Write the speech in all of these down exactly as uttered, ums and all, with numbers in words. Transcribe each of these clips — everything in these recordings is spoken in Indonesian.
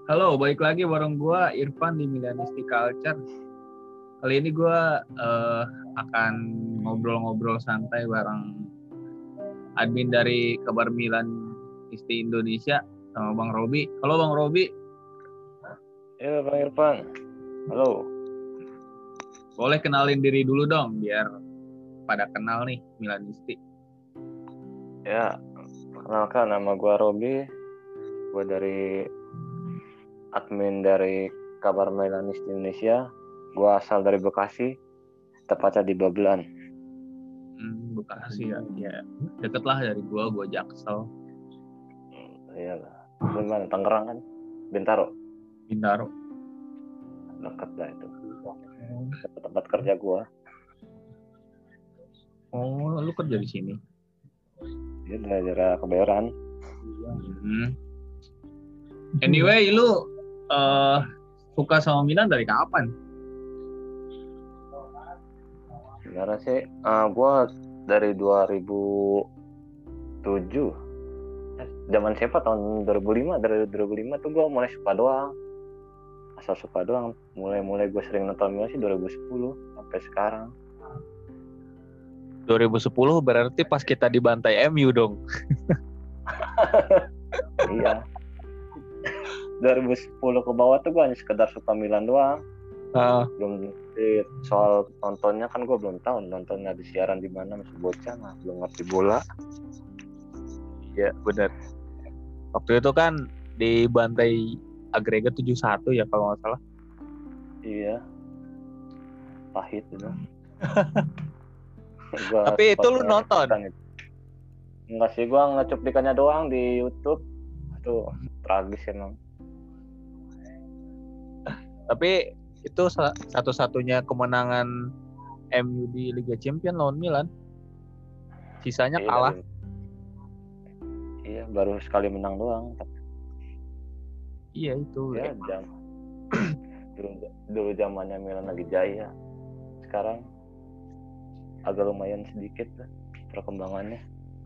Halo, balik lagi bareng gua Irfan di Milanisti Culture. Kali ini gua eh, akan ngobrol-ngobrol santai bareng admin dari Kabar Milanisti Indonesia sama Bang Robi. Halo Bang Robi. Ya Bang Irfan. Halo. Boleh kenalin diri dulu dong biar pada kenal nih Milanisti. Ya, perkenalkan nama gua Robi. Gua dari admin dari Kabar Milanisti Indonesia. Gua asal dari Bekasi, tepatnya di Babelan. Hmm, Bekasi ya. Ya, deket lah dari gua, gua Jaksel. Iya lah. Gimana? Tangerang kan? Bintaro. Bintaro. Dekat lah itu. Dekat tempat kerja gua. Oh, lu kerja di sini? Dia daerah Kebayoran. Hmm. Anyway, lu uh, suka sama Milan dari kapan? Sebenarnya sih, uh, gua dari dua ribu tujuh. Eh, zaman siapa? Tahun dua ribu lima. Dari dua ribu lima tuh gua mulai suka doang. Asal suka doang. Mulai-mulai gue sering nonton Milan sih dua ribu sepuluh sampai sekarang. dua ribu sepuluh berarti pas kita dibantai M U dong. Iya. dua ribu sepuluh ke bawah tuh gue hanya sekedar suka Milan doang. Uh. Belum soal nontonnya kan gue belum tahu nontonnya di siaran di mana, masih bocah lah, belum ngerti bola. Iya benar. Waktu itu kan dibantai agregat tujuh satu ya kalau nggak salah. Iya. Pahit itu. Tapi itu lu nonton? Itu. Enggak sih, gue ngecuplikannya doang di YouTube. Itu tragis emang. Tapi itu satu-satunya kemenangan M U di Liga Champions lawan Milan. Sisanya iya, kalah. Dari... Iya, baru sekali menang doang. Iya itu. Ya, jam. dulu, dulu zamannya Milan lagi jaya. Sekarang agak lumayan sedikit lah perkembangannya.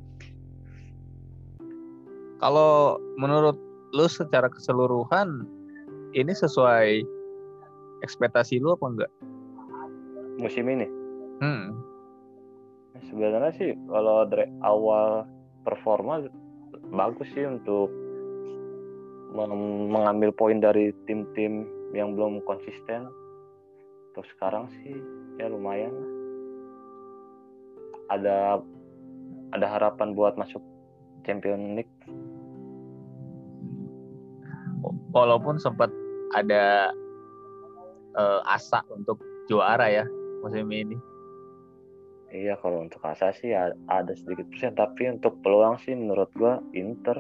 Kalau menurut lu secara keseluruhan ini sesuai ekspektasi lu apa enggak? Musim ini? Hmm. Sebenarnya sih kalau dari awal performa bagus sih untuk mengambil poin dari tim-tim yang belum konsisten. Terus sekarang sih ya lumayan lah. Ada ada harapan buat masuk Champions League. Walaupun sempat ada uh, asa untuk juara ya musim ini. Iya, kalau untuk asa sih ada sedikit persen, tapi untuk peluang sih menurut gua Inter.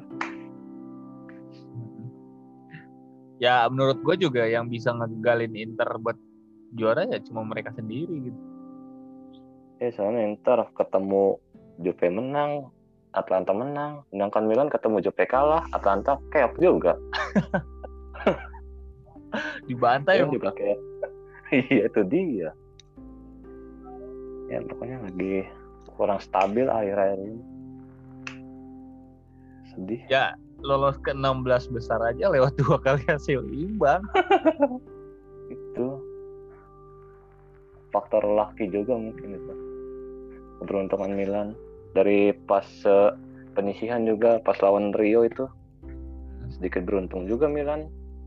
Ya menurut gua juga yang bisa ngegalin Inter buat juara ya cuma mereka sendiri gitu. Ya soalnya Inter ketemu Juve menang, Atlanta menang, sedangkan Milan ketemu Juve kalah, Atlanta keok juga. Dibantai ya, juga kayak iya itu dia. Ya pokoknya lagi kurang stabil akhir-akhir ini. Sedih. Ya lolos ke enam belas besar aja lewat dua kali hasil imbang. Itu faktor lucky juga mungkin itu. Keberuntungan Milan dari pas uh, penyisihan juga pas lawan Rio itu sedikit beruntung juga Milan.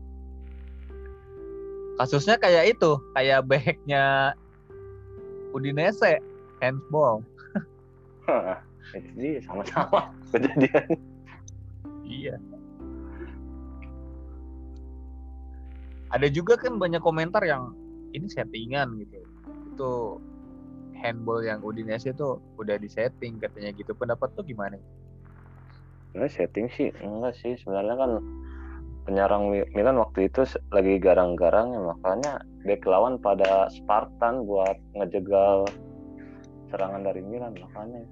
Kasusnya kayak itu, kayak backnya Udinese, handball. Itu dia sama-sama kejadian. Iya. Ada juga kan banyak komentar yang ini settingan gitu. Itu handball yang Udinese itu udah disetting katanya gitu. Pendapat tuh gimana? Nah, setting sih enggak sih, sebenarnya kan penyerang Milan waktu itu lagi garang-garangnya, makanya bek lawan pada Spartan buat ngejegal serangan dari Milan, makanya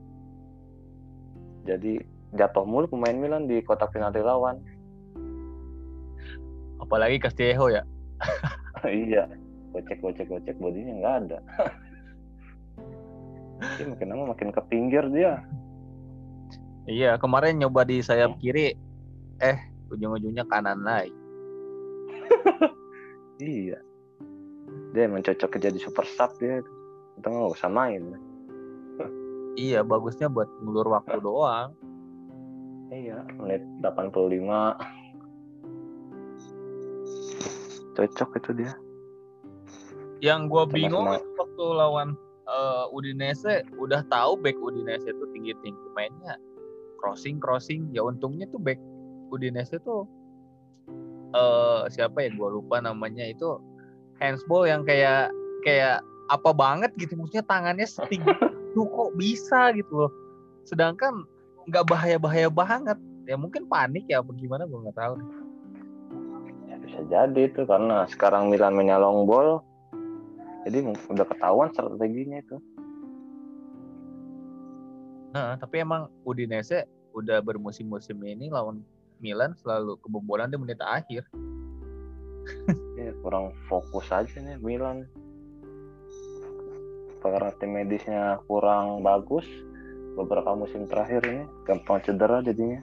jadi jatuh mulu pemain Milan di kotak penalti lawan. Apalagi Castillejo ya. Iya, gocek-gocek-gocek bodinya nggak ada. Dia makin lama makin ke pinggir dia. Iya, kemarin nyoba di sayap kiri, eh ujung-ujungnya kanan lagi. Iya. Dia emang cocok jadi super sub dia. Kita nggak usah main. Iya, bagusnya buat ngulur waktu doang. Iya, menit delapan puluh lima. Cocok itu dia. Yang gue Sama bingung sama- itu waktu lawan uh, Udinese, udah tahu back Udinese itu tinggi-tinggi mainnya crossing crossing. Ya untungnya tuh back Udinese tuh uh, siapa ya, gue lupa namanya, itu handsball yang kayak kayak apa banget gitu, maksudnya tangannya setinggi itu kok bisa gitu loh, sedangkan nggak bahaya-bahaya banget. Ya mungkin panik ya apa gimana, gue nggak tahu. Ya, bisa jadi itu karena sekarang Milan mainnya long ball, jadi udah ketahuan strateginya itu. Nah, tapi emang Udinese udah bermusim-musim ini lawan Milan selalu kebobolan di menit akhir. Ya, kurang fokus aja nih Milan. Karena tim medisnya kurang bagus beberapa musim terakhir ini, gampang cedera jadinya.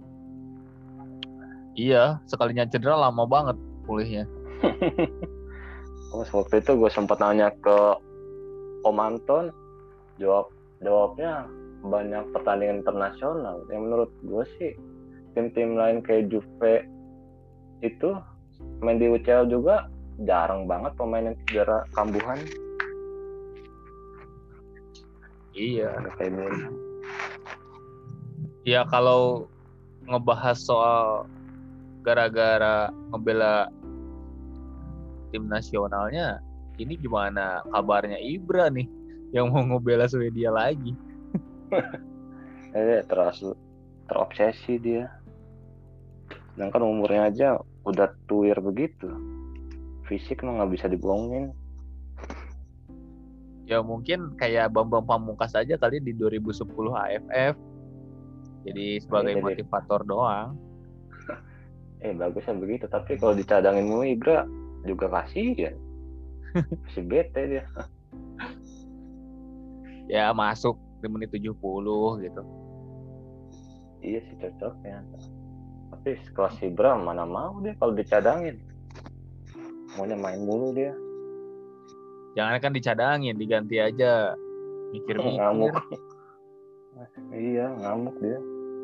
Iya, sekalinya cedera lama banget pulihnya. Oh, waktu itu gue sempat nanya ke Om Anton, jawab jawabnya banyak pertandingan internasional. Yang menurut gue sih tim-tim lain kayak Juve itu main di U C L juga jarang banget pemain yang cedera kambuhan. Iya. Kayak Milan. Ya kalau ngebahas soal gara-gara ngebela tim nasionalnya, ini gimana kabarnya Ibra nih yang mau ngebela Swedia lagi? Eh, terlalu terobsesi dia. Sedangkan umurnya aja udah tuir begitu. Fisik mah nggak bisa dibohongin. Ya mungkin kayak Bambang Pamungkas aja kali di dua ribu sepuluh A F F. Jadi sebagai Eh, jadi, motivator doang. eh bagusnya begitu. Tapi kalau dicadangin mulu Ibra juga kasihan. Masih bete dia. Ya masuk di menit tujuh puluh gitu. Iya sih cocoknya. Tapi sekelas Ibra mana mau dia kalau dicadangin. Maunya main mulu dia. Jangan kan dicadangin, diganti aja. Mikir-mikir. Ngamuk. Iya, ngamuk dia.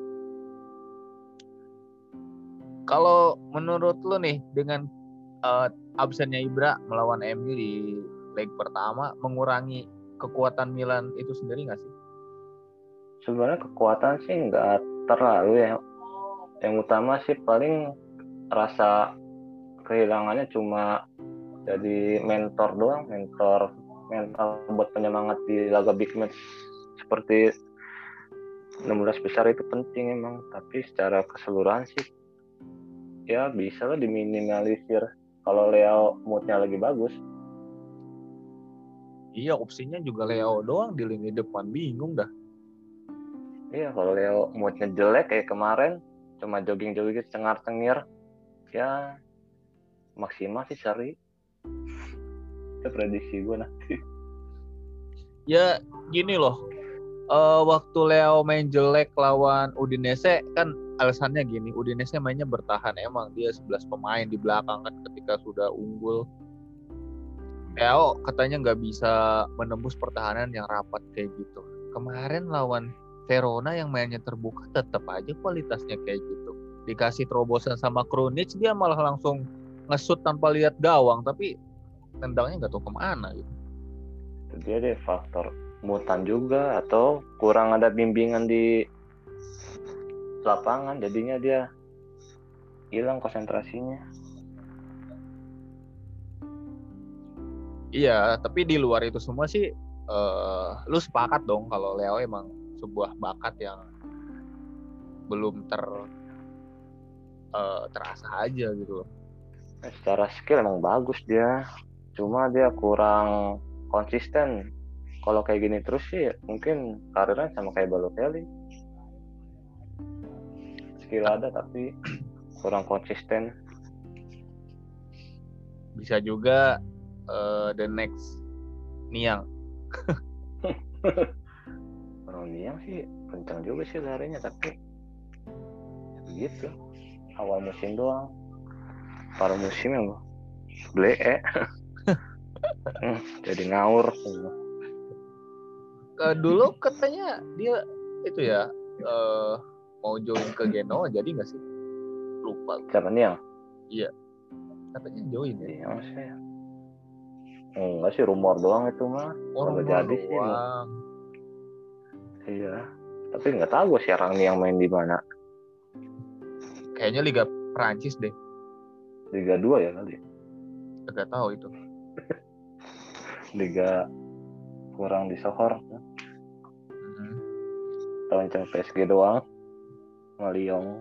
Kalau menurut lu nih, dengan uh, absennya Ibra melawan M U di leg pertama, mengurangi kekuatan Milan itu sendiri nggak sih? Sebenarnya kekuatan sih nggak terlalu ya. Yang utama sih paling rasa kehilangannya cuma jadi mentor doang, mentor mental buat penyemangat di laga big match seperti enam belas besar itu penting emang. Tapi secara keseluruhan sih ya bisa lah diminimalisir kalau Leo moodnya lagi bagus. Iya, opsinya juga Leo doang di lini depan, bingung dah. Iya, kalau Leo moodnya jelek kayak kemarin cuma jogging-jogging cengar-cengir ya maksimal sih seri. Itu prediksi gue nanti. Ya gini loh, uh, waktu Leo main jelek lawan Udinese kan alasannya gini, Udinese mainnya bertahan, emang dia sebelas pemain di belakang kan ketika sudah unggul. Leo katanya nggak bisa menembus pertahanan yang rapat kayak gitu. Kemarin lawan Verona yang mainnya terbuka tetap aja kualitasnya kayak gitu. Dikasih terobosan sama Krunic dia malah langsung nge-shoot tanpa lihat gawang, tapi tendangnya nggak tahu kemana gitu. Dia deh faktor mutan juga atau kurang ada bimbingan di lapangan jadinya dia hilang konsentrasinya. Iya, tapi di luar itu semua sih uh, lu sepakat dong kalau Leo emang sebuah bakat yang belum ter uh, terasa aja gitu loh. Nah, secara skill emang bagus dia, cuma dia kurang konsisten. Kalau kayak gini terus sih mungkin karirnya sama kayak Balotelli. Skill ada tapi kurang konsisten. Bisa juga uh, the next Niang. Kalau Niang sih kencang juga sih larinya tapi begitu awal musim doang. paruh musim yang blee hmm, jadi ngawur. Uh, dulu katanya dia itu ya uh, mau join ke Genoa, jadi nggak sih? Lupa. Siapa nih yang? Iya. Katanya join ya. Iya maksudnya. Enggak sih, rumor doang itu mah. Oh, Kalau rumor jadi doang. sih. Mah. Iya. Tapi nggak tahu gue sekarang nih yang main di mana. Kayaknya Liga Prancis deh. Liga dua ya kali. Enggak tahu itu. Liga kurang disohor. Mm-hmm. Tahun cuma P S G doang. Sama Lyon.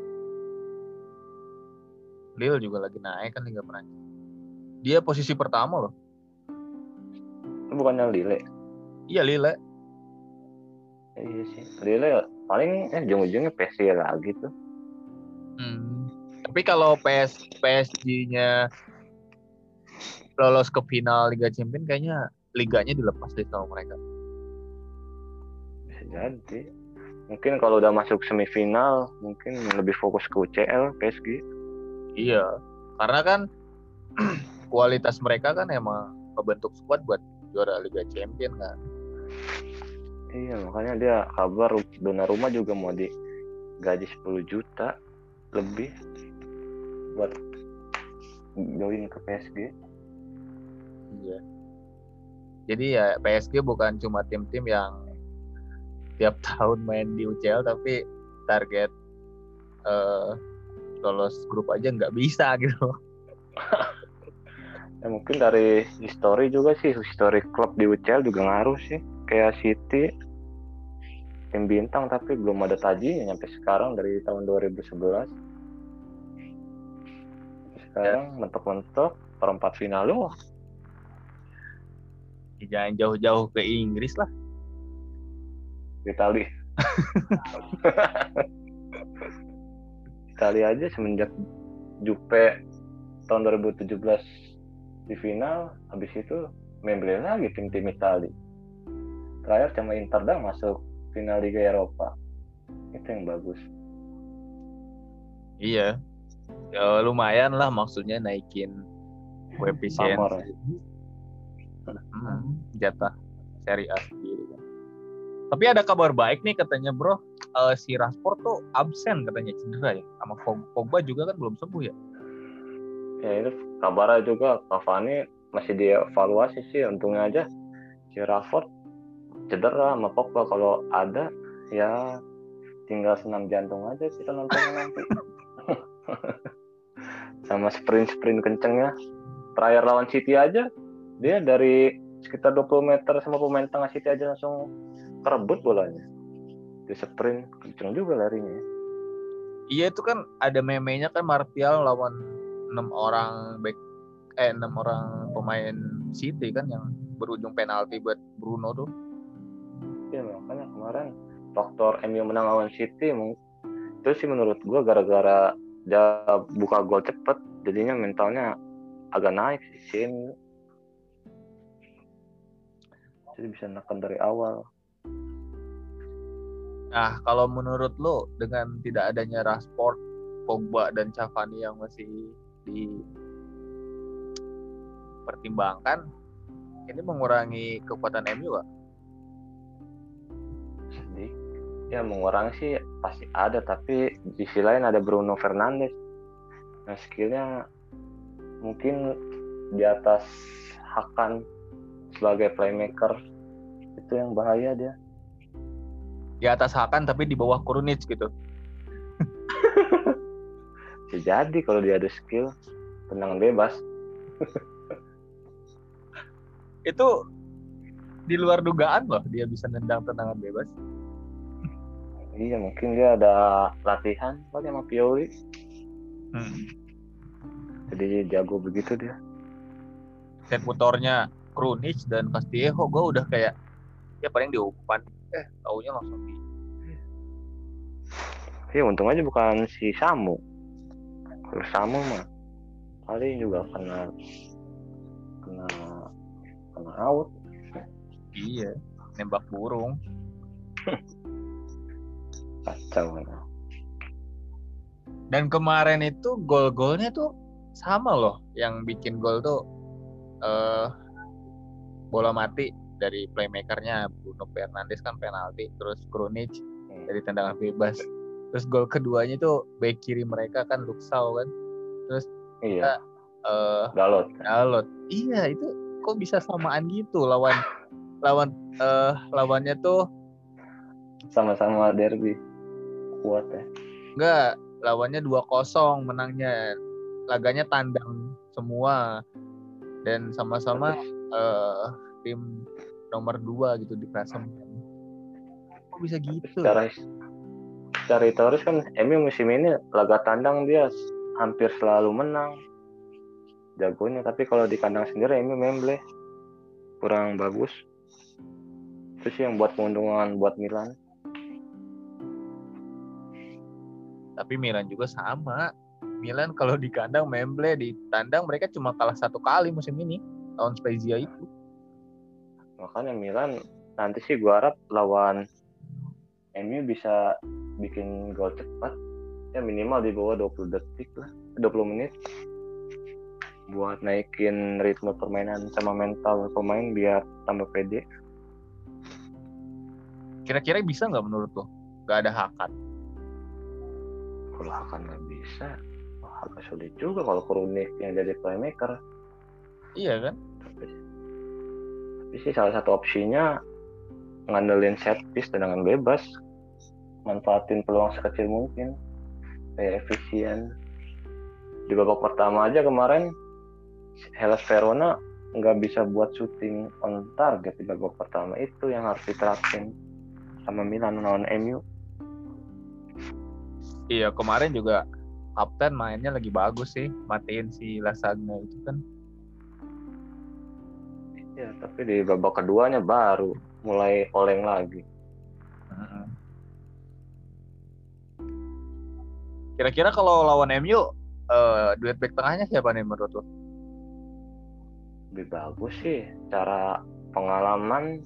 Lille juga lagi naik kan Liga Prancis. Dia posisi pertama loh. Bukannya Lille? Iya Lille. Iya sih. Lille paling eh ujung-ujungnya P S G lagi tuh. Hmm. Tapi kalau P S P S G-nya lolos ke final Liga Champions, kayaknya liganya dilepas deh sama mereka. Bisa jadi. Mungkin kalau udah masuk semifinal, mungkin lebih fokus ke U C L P S G. Iya, karena kan kualitas mereka kan emang membentuk squad buat juara Liga Champions kan. Iya, makanya dia kabar Donnarumma juga mau digaji sepuluh juta lebih buat join ke P S G. Iya. Jadi ya P S G bukan cuma tim-tim yang tiap tahun main di U C L, tapi target uh, lolos grup aja nggak bisa gitu. Ya mungkin dari histori juga sih, histori klub di U C L juga ngaruh sih. Kayak City, tim bintang tapi belum ada tajinya sampai sekarang dari tahun dua ribu sebelas. Sekarang ya. Mentok-mentok perempat final loh. Jangan jauh-jauh ke Inggris lah. Itali. Itali aja semenjak Jupe tahun dua ribu tujuh belas di final, habis itu main beli lagi tim-tim Itali. Terakhir cuma Inter dah masuk final Liga Eropa. Itu yang bagus. Iya. Ya lumayan lah, maksudnya naikin koefisiensi. Hmm, jatah Serie A sendiri kan. Tapi ada kabar baik nih katanya bro, uh, si Rashford tuh absen katanya, cedera ya, sama Pogba juga kan belum sembuh ya. Ya itu kabarnya juga Cavani masih dievaluasi sih, untungnya aja si Rashford cedera sama Pogba, kalau ada ya tinggal senam jantung aja kita nontonnya nanti. Sama sprint-sprint kencengnya. Terakhir lawan City aja dia dari sekitar dua puluh meter sama pemain tengah City aja langsung kerebut bolanya. Di sprint kenceng juga larinya. Iya itu kan ada meme-nya kan, Martial lawan enam orang back eh enam orang pemain City kan yang berujung penalti buat Bruno tuh. Iya makanya kemarin faktor M U menang lawan City itu sih menurut gua gara-gara dia buka gol cepet, jadinya mentalnya agak naik sih M U. Jadi bisa neken dari awal. Nah, kalau menurut lo dengan tidak adanya Rashford, Pogba dan Cavani yang masih dipertimbangkan, ini mengurangi kekuatan M U gak? Sedih. Ya mengurangi sih pasti ada, tapi di sisi lain ada Bruno Fernandes. Nah skillnya mungkin di atas Hakan sebagai playmaker, itu yang bahaya dia. Di atas Hakan tapi di bawah Krunic gitu. Bisa jadi kalau dia ada skill tendangan bebas. Itu di luar dugaan loh dia bisa nendang tendangan bebas. Iya mungkin dia ada latihan kali sama Pioli. Hmm. Jadi jago begitu dia. Eksekutornya Krunic dan Castillejo gue udah kayak ya paling diumpan, eh taunya langsung di. Iya untung aja bukan si Samu. Kalau Samu mah paling juga kena kena kena out. Iya, nembak burung. Kacau. Dan kemarin itu gol-golnya tuh sama loh yang bikin gol tuh uh, bola mati dari playmakernya Bruno Fernandes kan penalti, terus Krunic dari tendangan bebas, terus gol keduanya tuh bek kiri mereka kan Luxau kan, terus iya uh, Dalot Dalot iya itu kok bisa samaan gitu lawan lawan uh, lawannya tuh sama-sama derby kuat ya. enggak, lawannya dua kosong menangnya, laganya tandang semua dan sama-sama uh, tim nomor dua gitu di klasemen. Kok bisa gitu? Secara secara historis kan M U musim ini laga tandang dia hampir selalu menang jagonya, tapi kalau di kandang sendiri M U memble kurang bagus. Itu sih yang buat keuntungan buat Milan. Tapi Milan juga sama. Milan kalau di kandang memble, di tandang mereka cuma kalah satu kali musim ini tahun Spezia itu. Makanya Milan nanti sih gua harap lawan M U bisa bikin gol cepat ya, minimal di bawah dua puluh detik lah, dua puluh menit, buat naikin ritme permainan sama mental pemain biar tambah pede. Kira-kira bisa nggak menurut lo? Gak ada Hakan. Kalau Hakan nggak bisa, wah, agak sulit juga kalau Krunic yang jadi playmaker. Iya kan? Tapi, tapi sih salah satu opsinya ngandelin set piece tendangan bebas, manfaatin peluang sekecil mungkin, kayak efisien. Di babak pertama aja kemarin Hellas Verona nggak bisa buat shooting on target di babak pertama, itu yang harus diterapin sama Milan lawan M U. Iya, kemarin juga kapten mainnya lagi bagus sih, matiin si Lasagna itu kan. Ya, tapi di babak keduanya baru mulai oleng lagi. Uh-huh. Kira-kira kalau lawan M U, uh, duet back tengahnya siapa nih menurut lo? Lebih bagus sih, cara pengalaman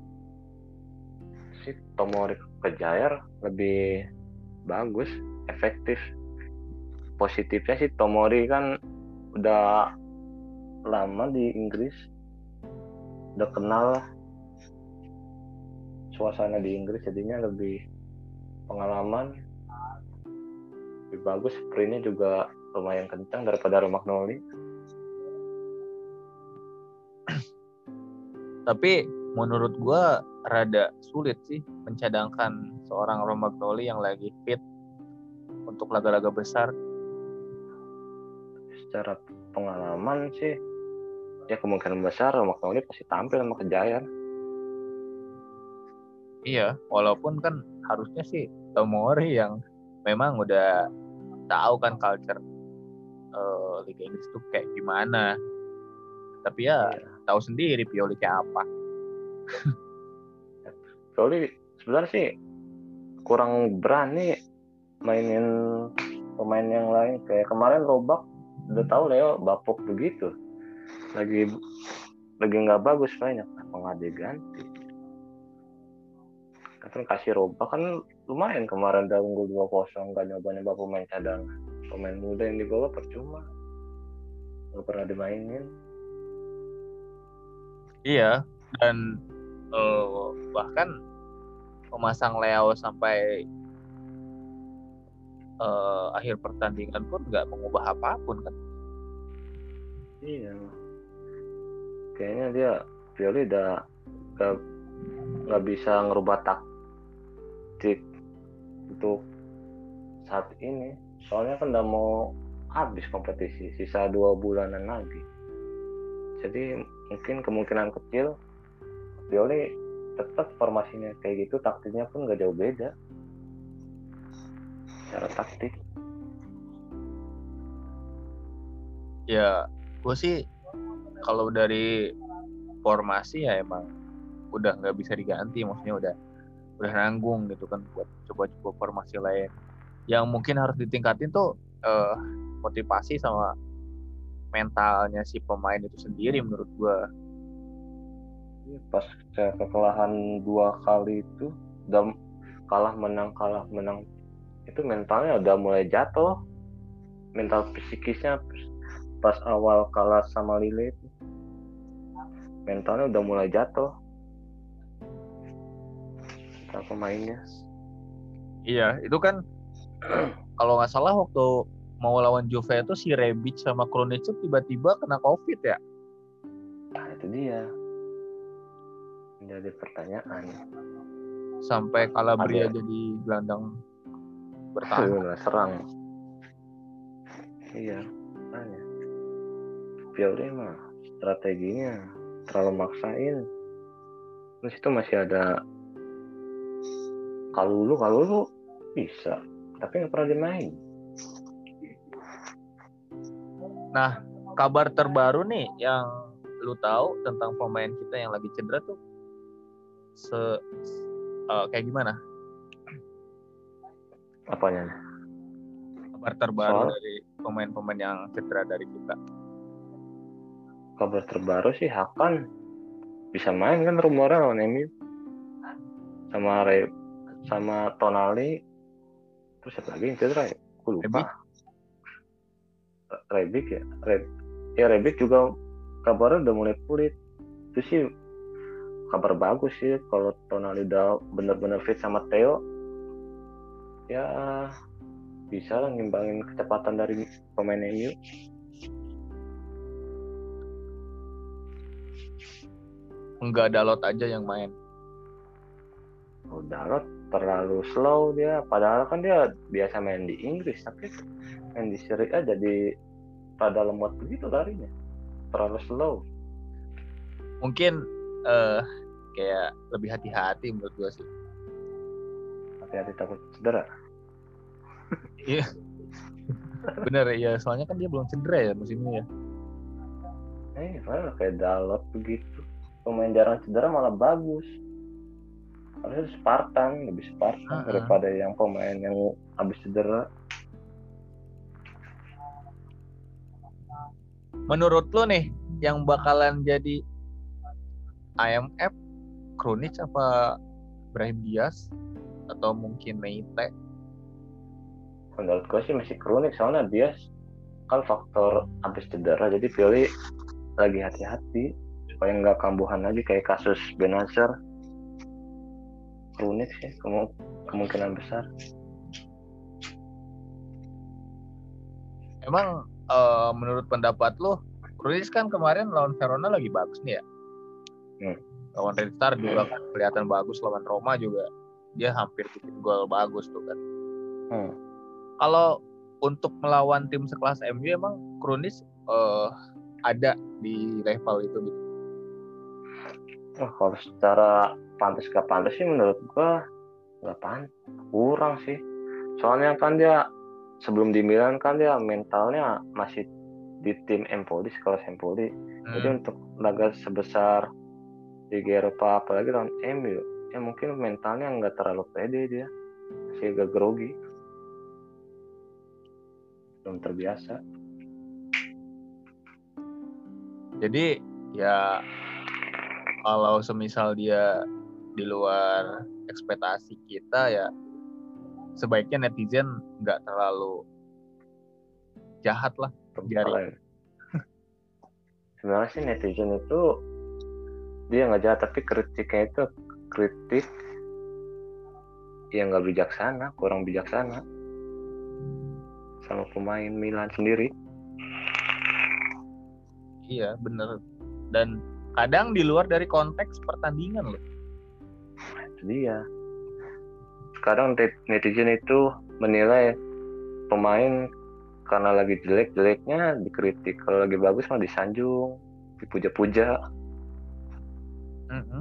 si Tomori Kejair lebih bagus, efektif. Positifnya sih Tomori kan udah lama di Inggris, udah kenal suasana di Inggris, jadinya lebih pengalaman, lebih bagus, sprintnya juga lumayan kencang daripada Romagnoli. Tapi menurut gue rada sulit sih mencadangkan seorang Romagnoli yang lagi fit untuk laga-laga besar. Secara pengalaman sih ya kemungkinan besar Romagnoli pasti tampil sama Kejair. Iya, walaupun kan harusnya sih Tomori yang memang udah tahu kan culture uh, Liga Inggris tuh kayak gimana. Tapi ya iya, tahu sendiri Pioli kayak apa. Pioli sebenarnya sih kurang berani mainin pemain yang lain, kayak kemarin Robak udah tahu Leo bapuk begitu, lagi lagi nggak bagus mainnya, kenapa nggak diganti? Kan kasih Robak kan lumayan kemarin udah unggul dua kosong, nggak nyoba-nyoba pemain cadangan, pemain muda yang dibawa percuma, nggak pernah dimainin. Iya, dan uh, bahkan memasang Leo sampai uh, akhir pertandingan pun nggak mengubah apapun kan? Iya, kayaknya dia Pioli udah nggak nggak bisa ngerubah taktik untuk saat ini, soalnya kan udah mau habis kompetisi, sisa dua bulanan lagi. Jadi mungkin kemungkinan kecil Pioli tetap formasinya kayak gitu, taktiknya pun nggak jauh beda secara taktik. Ya, gue sih kalau dari formasi ya emang udah nggak bisa diganti, maksudnya udah udah nanggung gitu kan buat coba-coba formasi lain. Yang mungkin harus ditingkatin tuh eh, motivasi sama mentalnya si pemain itu sendiri menurut gue. Pas kekalahan dua kali itu, udah kalah menang kalah menang, itu mentalnya udah mulai jatuh, mental psikisnya pas awal kalah sama Lille itu mentalnya udah mulai jatuh kita pemainnya. Iya, itu kan kalau nggak salah waktu mau lawan Juve itu si Rebic sama Krunic tiba-tiba kena COVID ya. Nah itu dia jadi pertanyaan. Sampai Calabria Ada. jadi gelandang bertahan. Serang. Iya, makanya. Pioli mah strateginya terlalu maksain. Terus itu masih ada Kalulu, Kalulu bisa, tapi nggak pernah dimain. Nah, kabar terbaru nih yang lu tahu tentang pemain kita yang lagi cedera tuh se uh, kayak gimana? Apanya? Kabar terbaru Soal dari pemain-pemain yang cedera dari kita. Kabar terbaru sih Hakan bisa main kan rumornya lawan M U sama Re, sama Tonali, terus siapa lagi yang cedera ya? Aku lupa. Rebic ya, Re, ya Rebic juga kabarnya udah mulai pulih. Itu sih kabar bagus sih kalau Tonali udah benar-benar fit sama Theo, ya bisa lah ngimbangin kecepatan dari pemain M U. Enggak Dalot aja yang main. Oh, Dalot terlalu slow dia, padahal kan dia biasa main di Inggris, tapi main di Serie A jadi rada lemot begitu larinya, terlalu slow. Mungkin uh, kayak lebih hati-hati menurut gua sih. Hati-hati takut cedera. Iya. Bener ya, soalnya kan dia belum cedera ya musim ini ya. Eh, malah kayak Dalot begitu. Pemain jarang cedera malah bagus. Harusnya Spartan, lebih Spartan uh-uh. daripada yang pemain yang habis cedera. Menurut lo nih, yang bakalan jadi I M F, Krunic apa Brahim Diaz atau mungkin Meite? Menurut gue sih masih Krunic, soalnya Diaz kan faktor habis cedera, jadi pilih lagi hati-hati supaya nggak kambuhan lagi kayak kasus Benacer. Krunic sih kemu- kemungkinan besar. Emang uh, menurut pendapat lo, Krunic kan kemarin lawan Verona lagi bagus nih ya. Hmm. Lawan Red Star juga kan kelihatan bagus, lawan Roma juga dia hampir bikin gol bagus tuh kan. Hmm. Kalau untuk melawan tim sekelas M U emang Krunic uh, ada di level itu gitu. Oh, kalau secara pantas gak pantas sih menurut gua gak pantas, kurang sih. Soalnya kan dia sebelum di Milan kan dia mentalnya masih di tim Empoli, sekelas Empoli. Hmm. Jadi untuk laga sebesar Liga Eropa apalagi lawan M U, ya mungkin mentalnya nggak terlalu pede dia, masih agak grogi, belum terbiasa. Jadi ya kalau semisal dia di luar ekspektasi kita ya sebaiknya netizen nggak terlalu jahat lah jari. Sebenarnya sih netizen itu dia nggak jahat, tapi kritiknya itu kritik yang nggak bijaksana, kurang bijaksana sama pemain Milan sendiri. Iya bener, dan kadang di luar dari konteks pertandingan loh. Itu dia. Kadang netizen itu menilai pemain karena lagi jelek-jeleknya dikritik, kalau lagi bagus mah disanjung, dipuja-puja. Mm-hmm.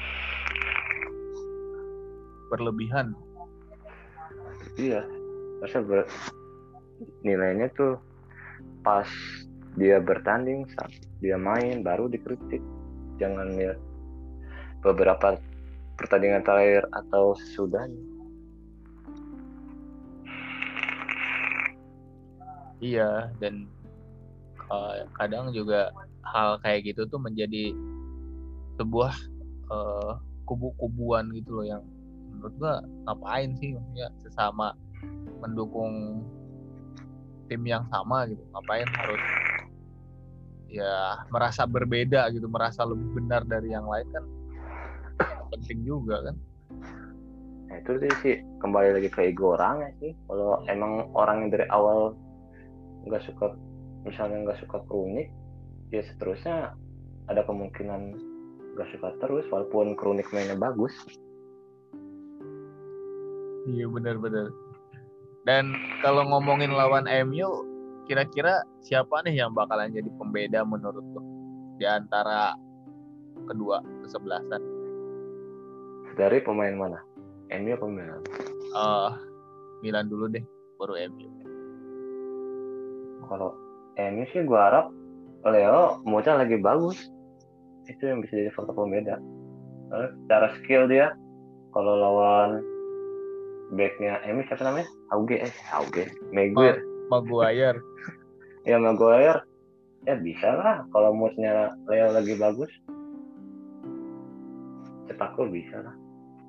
Berlebihan. Iya, masa ber... nilainya tuh pas dia bertanding, saat dia main baru dikritik. Jangan lihat beberapa pertandingan terakhir atau sesudahnya. Iya, dan uh, kadang juga hal kayak gitu tuh menjadi sebuah uh, kubu-kubuan gitu loh, yang menurut gua ngapain sih maksudnya sesama mendukung tim yang sama gitu, ngapain harus ya merasa berbeda gitu, merasa lebih benar dari yang lain kan penting juga kan. Nah itu sih kembali lagi ke ego orangnya sih. Kalau emang orang yang dari awal nggak suka, misalnya nggak suka kronik, ya seterusnya ada kemungkinan nggak suka terus walaupun kronik mainnya bagus. Iya benar-benar. Dan kalau ngomongin lawan M U, kira-kira siapa nih yang bakalan jadi pembeda menurut lo di antara kedua kesebelasan? Dari pemain mana? M U apa Milan? Uh, Milan dulu deh, baru M U. Kalau M U sih gue harap Leo moodnya lagi bagus. Itu yang bisa jadi faktor pembeda. Lalu secara skill dia, kalau lawan backnya M U siapa namanya? Auge, eh Auge, Maguire. Maguire. Ya Maguire, ya bisa lah. Kalau moodnya Leo lagi bagus, cetak gol bisa lah.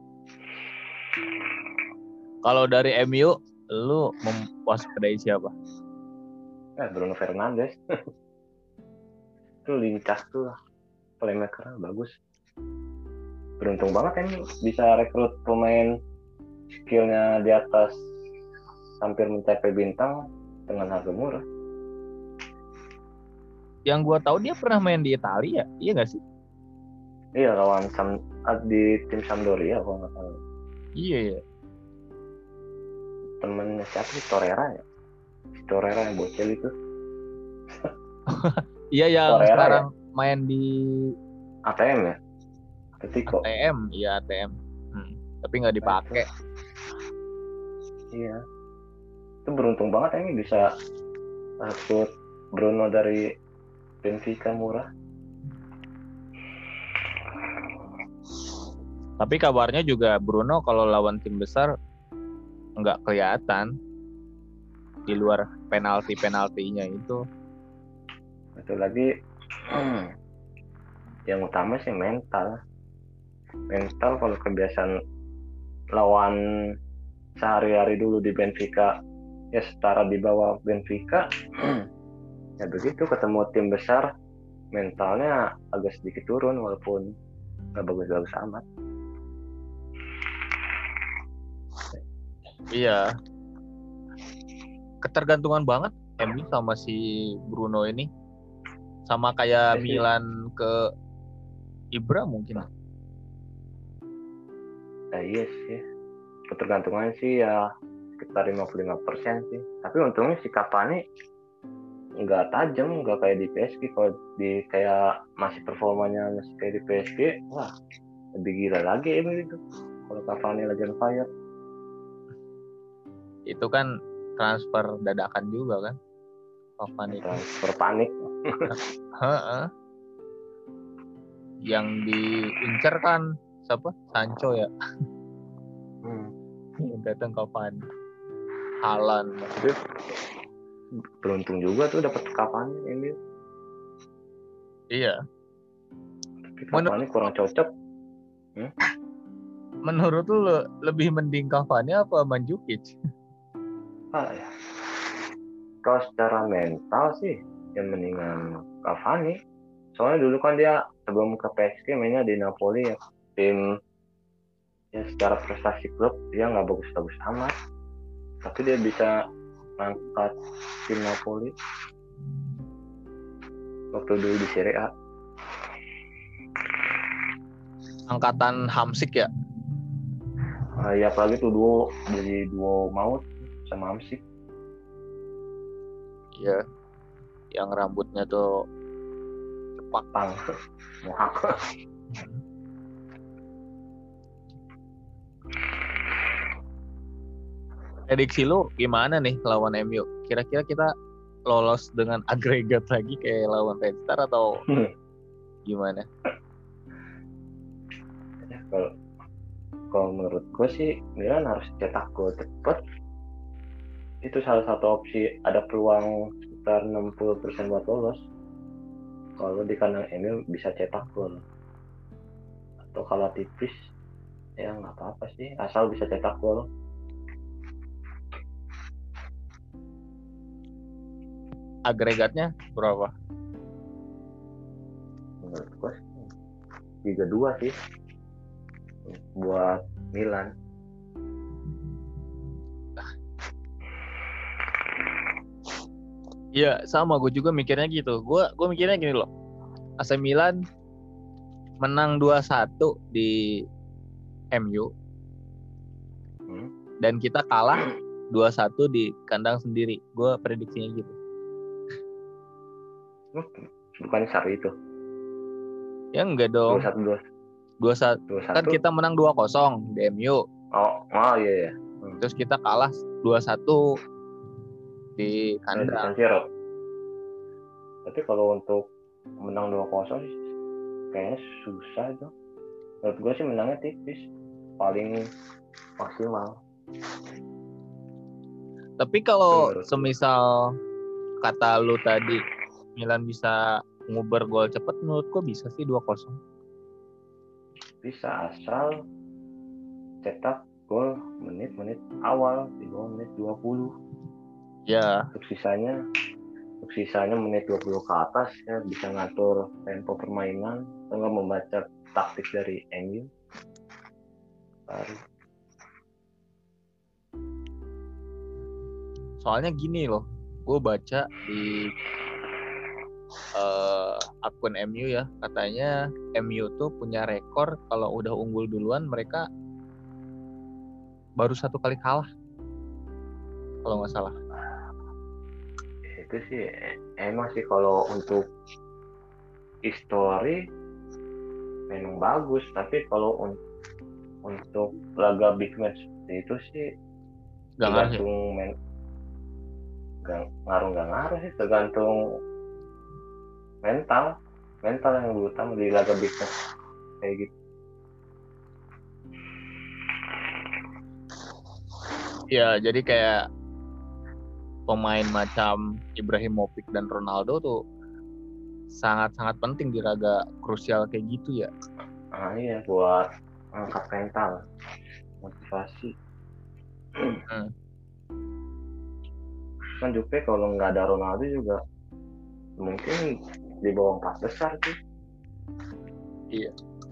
Kalau dari M U, lu mewaspadai siapa? Eh Bruno Fernandes. Itu lincah tuh, playmaker bagus. Beruntung banget kan bisa rekrut pemain skillnya di atas hampir mencapai bintang dengan harga murah. Yang gue tahu dia pernah main di Italia, iya nggak sih? Iya lawan Sam, di tim Sampdoria kalau nggak salah. Iya ya. Temennya siapa sih, Torreira ya? Torreira yang bocil itu. Iya yang Torreira, sekarang ya? Main di A T M ya? Atletico. A T M, iya A T M. Hmm. Tapi nggak dipakai. Iya. Itu beruntung banget ini bisa rekrut Bruno dari Benfica murah. Tapi kabarnya juga Bruno kalau lawan tim besar nggak kelihatan di luar penalti-penaltinya itu. Itu lagi hmm, yang utama sih mental. Mental kalau kebiasaan lawan sehari-hari dulu di Benfica ya setara di bawah Benfica, ya begitu ketemu tim besar mentalnya agak sedikit turun walaupun nggak bagus-bagus amat. Iya. Ketergantungan banget M U sama si Bruno ini. Sama kayak Jadi, Milan ke Ibra mungkin. ya iya sih. Ketergantungan sih ya sekitar lima puluh lima persen sih. Tapi untungnya si Cavani nggak tajam, nggak kayak di P S G. Kalau di kayak masih performanya masih kayak di P S G, wah lebih gila lagi ini itu. Kalau Cavani lagi on fire. Itu kan transfer dadakan juga kan. Cavani transfer panik. Heeh. Yang diincar kan siapa? Sancho ya. Hmm. Yang datang Cavani. Haaland. Beruntung juga tuh dapat Cavani ini. Iya. Tapi Cavani kurang cocok. Hmm? Menurut lu lebih mending Cavani apa Mandzukic? Ah, ya. Kalau secara mental sih yang mendingan Cavani. Soalnya dulu kan dia sebelum ke P S G mainnya di Napoli ya, tim ya secara prestasi klub dia nggak bagus-bagus amat, tapi dia bisa ngangkat tim Napoli waktu dulu di Serie A. Angkatan Hamsik ya? Uh, ya apalagi tuh duo dari duo Maut sama Hamsik. Iya. Yang rambutnya tuh cepak pang mohak. Prediksi lu gimana nih lawan M U? Kira-kira kita lolos dengan agregat lagi kayak lawan Red Star atau gimana? Ya, kalau kalau menurut gue sih Milan harus cetak gol cepet. Itu salah satu opsi, ada peluang sekitar enam puluh persen buat lolos. Kalau di kandang M U bisa cetak gol. Atau kalau tipis ya nggak apa-apa sih, asal bisa cetak gol. Agregatnya berapa? menurut gue tiga dua sih buat Milan. Iya, sama gue juga mikirnya gitu. Gue gue mikirnya gini loh. A C Milan menang dua satu di M U Hmm? dan kita kalah dua satu di kandang sendiri. Gue prediksinya gitu. Bukan Sari itu. Ya enggak dong. dua satu dua satu kan kita menang dua kosong di M U. Oh, oh iya iya. Hmm. Terus kita kalah dua satu di kandang. Di San Siro. Tapi kalau untuk menang dua kosong kayaknya susah itu. Menurut gue sih menangnya tipis, paling maksimal. Tapi kalau semisal kata lu tadi Milan bisa nguber gol cepet, menurut gue bisa sih dua kosong. Bisa asal cetak gol menit-menit awal di bawah menit dua puluh. Ya. Untuk sisanya untuk sisanya menit dua puluh ke atas ya bisa ngatur tempo permainan atau membaca taktik dari M U. Baru. Soalnya gini loh, gue baca di uh, akun M U ya, katanya M U tuh punya rekor kalau udah unggul duluan mereka baru satu kali kalah kalau nggak salah. Itu sih emang sih kalau untuk histori memang bagus, tapi kalau un- untuk laga big match itu sih Gak tergantung ngaruh men gak ngaruh gak ngaruh sih tergantung mental mental yang lebih utama di laga big match kayak gitu. Ya jadi kayak pemain macam Ibrahimovic dan Ronaldo tuh sangat-sangat penting di laga krusial kayak gitu ya. Ah iya, buat angkat mental, motivasi. Hmm. Kan Juve kalau nggak ada Ronaldo juga mungkin di bawah empat besar sih. Iya.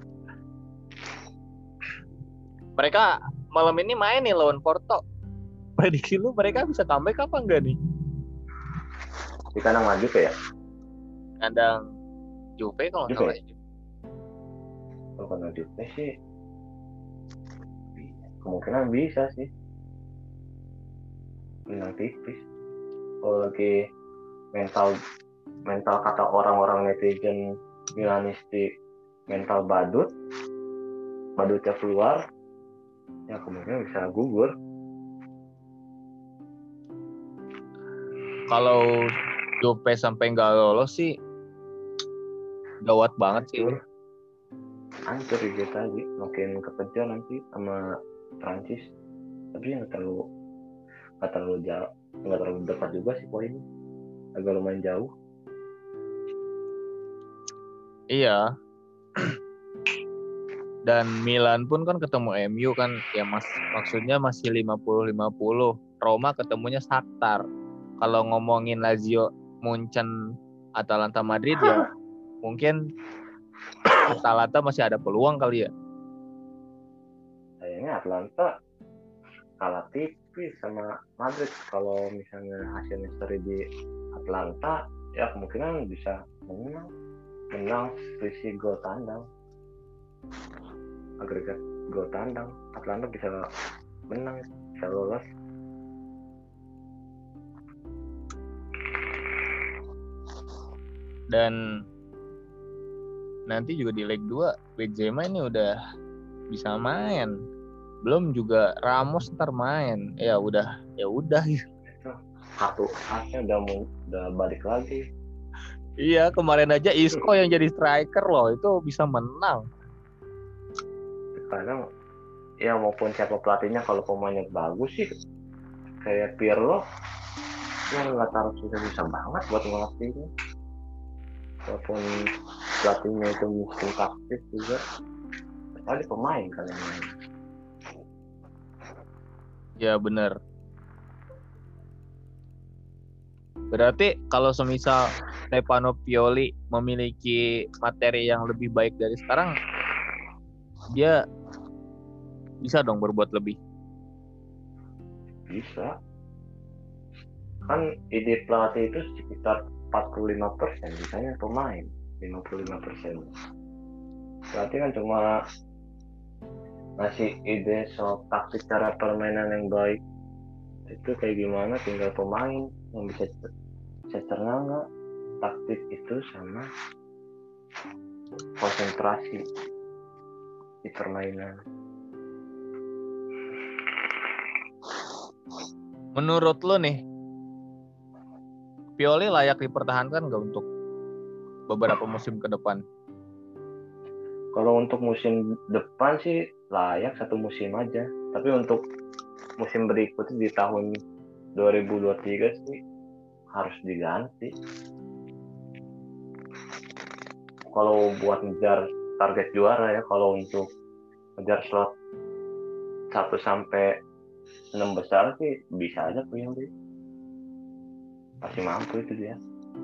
Mereka malam ini main nih lawan Porto. Prediksi lu mereka bisa comeback apa enggak nih? Di kandang maju ya? Kandang Juve kalau nggak salah. Kalau kandang Juve sih kemungkinan bisa sih. Menang tipis. Kalau lagi mental mental kata orang-orang netizen Milanisti mental badut, badutnya keluar, ya kemungkinan bisa gugur. Kalau Juve sampai nggak lolos sih gawat banget sih. Hancur gitu tadi, makin kekejar nanti sama Prancis. Tapi nggak terlalu nggak terlalu jauh, nggak terlalu dekat juga sih poinnya, agak lumayan jauh. Iya. Dan Milan pun kan ketemu M U kan ya mas, maksudnya masih lima puluh lima puluh. Roma ketemunya Shakhtar. Kalau ngomongin Lazio, Munchen, Atalanta Madrid ya mungkin Atalanta masih ada peluang kali ya. Kayaknya Atalanta kalah tipis sama Madrid. Kalau misalnya hasilnya seri di Atlanta ya kemungkinan bisa menang menang selisih gol tandang, agregat gol tandang. Atlanta bisa menang, bisa lolos. Dan nanti juga di leg dua Benzema ini udah bisa main. Belum juga Ramos ntar main. Ya udah, ya udah gitu. Satu asnya udah udah balik lagi. Iya, kemarin aja Isco yang jadi striker loh, itu bisa menang. Kadang ya maupun siapa pelatihnya kalau pemainnya bagus sih kayak Pirlo yang nggak taruh susah-susah banget buat ngelatihnya. Walaupun pelatihnya itu miskin taktis juga, tapi pemain kan yang main. Ya benar. Berarti kalau semisal Stefano Pioli memiliki materi yang lebih baik dari sekarang, dia bisa dong berbuat lebih. Bisa. Kan ide pelatih itu sekitar empat puluh lima persen, sisanya pemain lima puluh lima persen. Pelatih kan cuma ngasih ide soal taktik cara permainan yang baik. Itu kayak gimana, tinggal pemain yang bisa bisa cerna nggak taktik itu sama konsentrasi di permainan. Menurut lo nih, Pioli layak dipertahankan nggak untuk beberapa musim ke depan? Kalau untuk musim depan sih layak satu musim aja. Tapi untuk musim berikutnya di tahun dua ribu dua puluh tiga sih harus diganti. Kalau buat ngejar target juara ya, kalau untuk ngejar slot satu sampai enam besar sih bisa aja Pioli. Pasti mampu itu dia.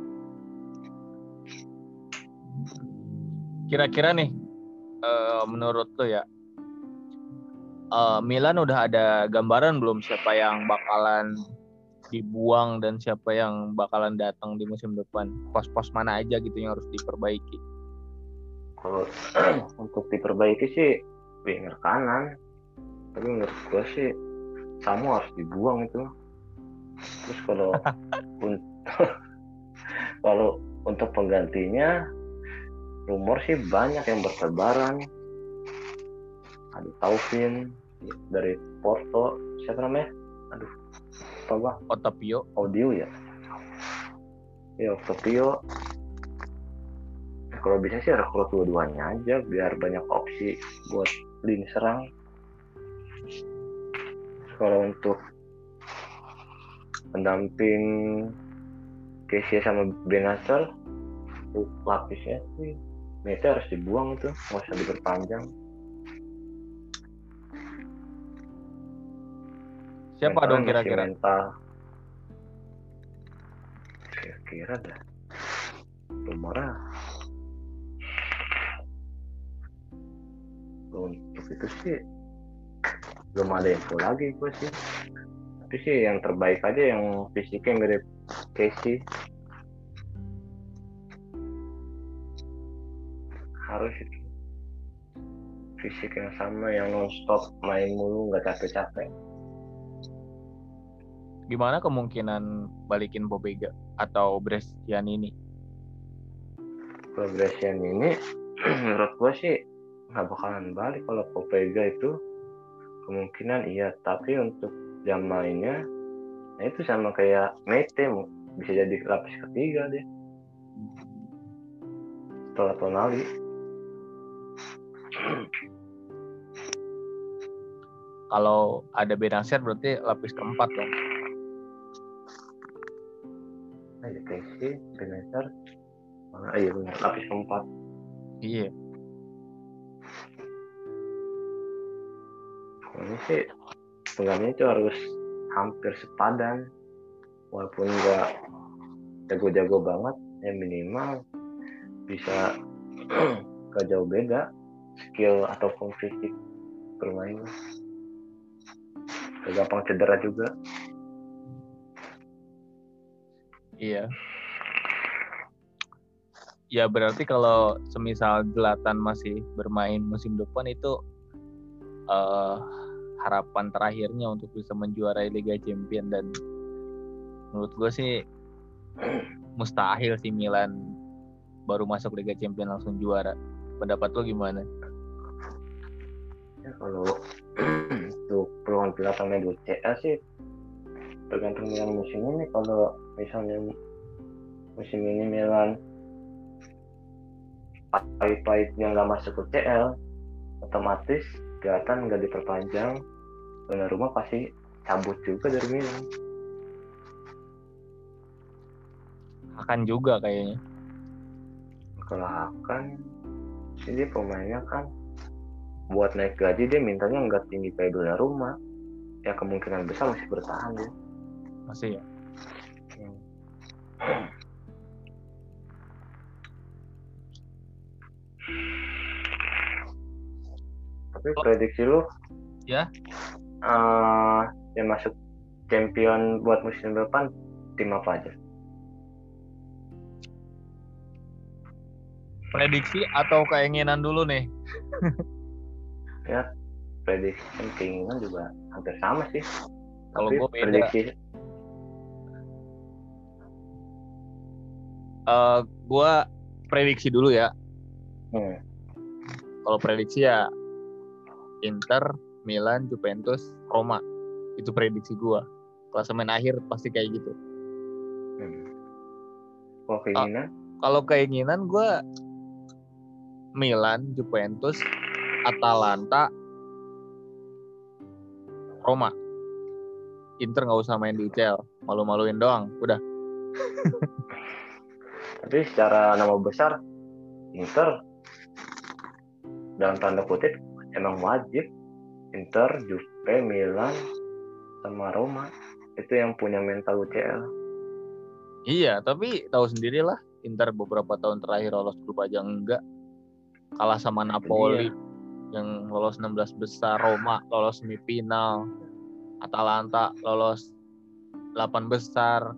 Kira-kira nih, uh, menurut lo ya, uh, Milan udah ada gambaran belum siapa yang bakalan dibuang dan siapa yang bakalan datang di musim depan? Pos-pos mana aja gitu yang harus diperbaiki? Kalau untuk diperbaiki sih winger kanan. Tapi menurut gue sih Samu harus dibuang itu. Terus kalau un- kalau untuk penggantinya rumor sih banyak yang bertebaran. Ada Taufin dari Porto, siapa namanya? Aduh, apa bang? Otapio. Audio ya. Ya Otapio. Kalau bisa sih rekrut dua-duanya aja biar banyak opsi buat lini serang. Kalau untuk pendamping Kessie sama Benacer, untuk lapisnya sih Mete harus dibuang itu, nggak usah diperpanjang. Siapa Mentalnya dong masih kira-kira? mental. Kira-kira dah. Rumornya untuk itu sih belum ada info lagi gue sih. Tapi sih yang terbaik aja yang fisiknya mirip Kessie. Harus itu. Fisik yang sama, yang non-stop main mulu, nggak capek-capek. Gimana kemungkinan balikin Pobega atau Brescian ini? Progression ini menurut gue sih nggak bakalan balik. Kalau Popega itu kemungkinan iya, tapi untuk jam mainnya nah itu sama kayak Mete, bisa jadi lapis ketiga deh setelah Tonali. Kalau ada Benacer berarti lapis keempat dong. Nah ya Kessie, Benacer, ah iya benar lapis keempat. Iya. Ini sih penggantinya itu harus hampir sepadan, walaupun nggak jago-jago banget, ya minimal bisa gak jauh beda skill ataupun fisik bermain. Gak gampang cedera juga. Iya. Ya berarti kalau semisal Zlatan masih bermain musim depan itu uh, harapan terakhirnya untuk bisa menjuarai Liga Champions, dan menurut gue sih mustahil sih Milan baru masuk Liga Champions langsung juara. Pendapat lo gimana? Ya kalau untuk peluang belakangnya dua C L sih tergantung Milan musim ini. Kalau misalnya musim ini Milan pahit-pahitnya nggak masuk ke C L, otomatis kelihatan nggak diperpanjang, tuan rumah pasti cabut juga dari Milan. Akan juga kayaknya. Kalau Hakan sih dia pemainnya kan buat naik gaji dia mintanya nggak tinggi kayak Donnarumma, ya kemungkinan besar masih bertahan dia. Masih ya. Hmm. Tapi prediksi lu Ya, uh, yang masuk champion buat musim depan tim apa aja? prediksi atau keinginan dulu nih? Ya, prediksi dan keinginan juga hampir sama sih. Kalau Tapi gue beda. prediksi Uh, gue prediksi dulu ya. hmm. Kalau prediksi ya Inter, Milan, Juventus, Roma. Itu prediksi gue. Klasemen akhir pasti kayak gitu. Hmm. Kalau keinginan? Uh, kalau keinginan gue Milan, Juventus, Atalanta, Roma. Inter nggak usah main di U C L, malu-maluin doang, udah. Tapi secara nama besar Inter dalam tanda kutip emang wajib Inter, Juve, Milan sama Roma itu yang punya mental U C L. Iya, tapi tahu sendirilah Inter beberapa tahun terakhir lolos grup aja enggak. Kalah sama Napoli yang lolos enam belas besar, Roma lolos semifinal, Atalanta lolos delapan besar.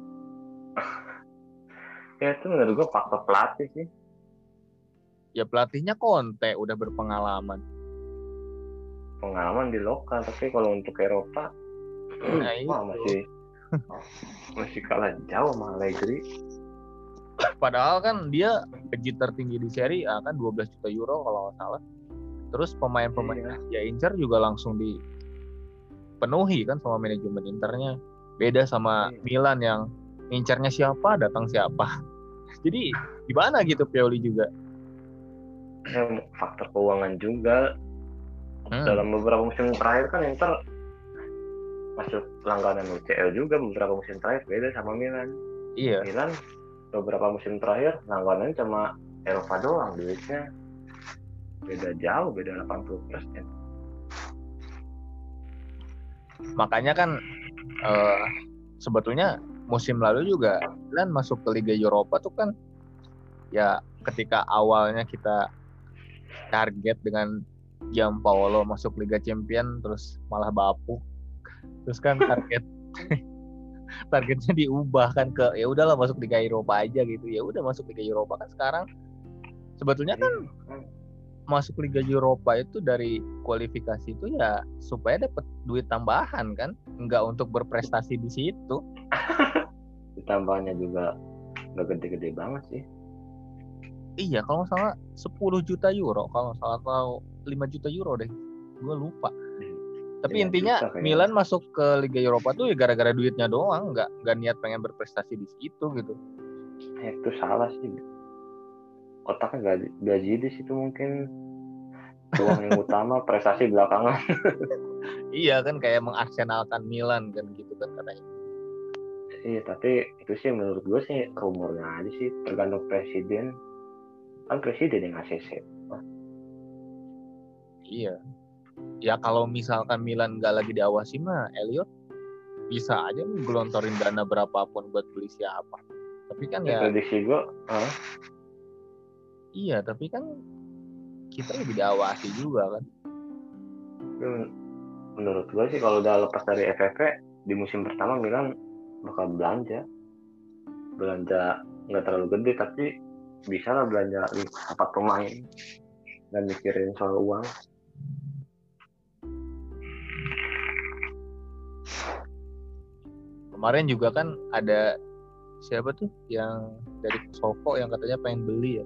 Ya itu menurut gue faktor pelatih sih. Ya pelatihnya Conte udah berpengalaman. Pengalaman di lokal, tapi kalau untuk Eropa Nah, wah itu. masih masih kalah jauh sama Allegri. Padahal kan dia gaji tertinggi di Serie A kan dua belas juta euro kalau nggak salah. Terus pemain-pemain Iya. ya Inter juga langsung dipenuhi kan sama manajemen Internya. Beda sama Iya. Milan yang ngincernya siapa datang siapa. Jadi gimana gitu Pioli juga. Ya, faktor keuangan juga. Hmm. Dalam beberapa musim terakhir kan Inter masuk langganan U C L juga beberapa musim terakhir, beda sama Milan. Iya. Milan beberapa musim terakhir langganan cuma Eropa doang, duitnya beda jauh, beda delapan puluh persen. Makanya kan uh, sebetulnya musim lalu juga Milan masuk ke Liga Eropa tuh kan ya ketika awalnya kita target dengan Giampaolo masuk Liga Champion terus malah bapuk. Terus kan target targetnya diubah kan ke ya udahlah masuk Liga Eropa aja gitu. Ya udah masuk Liga Eropa kan sekarang sebetulnya kan masuk Liga Eropa itu dari kualifikasi itu ya supaya dapat duit tambahan kan, enggak untuk berprestasi di situ. Tambahannya juga enggak gede-gede banget sih. Iya, kalau nggak salah sepuluh juta euro, kalau nggak salah atau lima juta euro deh, gue lupa. Tapi intinya Milan masuk ke Liga Eropa tuh ya gara-gara duitnya doang, nggak nggak niat pengen berprestasi di situ gitu. Ya, itu salah sih. Otaknya gaji, gaji di situ mungkin uang yang utama, prestasi belakangan. Iya kan kayak mengarsenalkan Milan kan gitu kan katanya. Iya, tapi itu sih menurut gue sih rumornya aja sih, tergantung presiden. Kan presiden yang A C C. Iya. Ya kalau misalkan Milan nggak lagi diawasi mah Elliot bisa aja ngelontorin dana berapapun buat beli siapa. Tapi kan ya, ya prediksi gue huh? Iya, tapi kan kita lebih diawasi juga kan. Menurut gue sih kalau udah lepas dari F F P di musim pertama Milan bakal belanja belanja nggak terlalu gede tapi bisa lah belanja empat pemain dan mikirin soal uang. Kemarin juga kan ada siapa tuh yang dari Kosovo yang katanya pengen beli ya?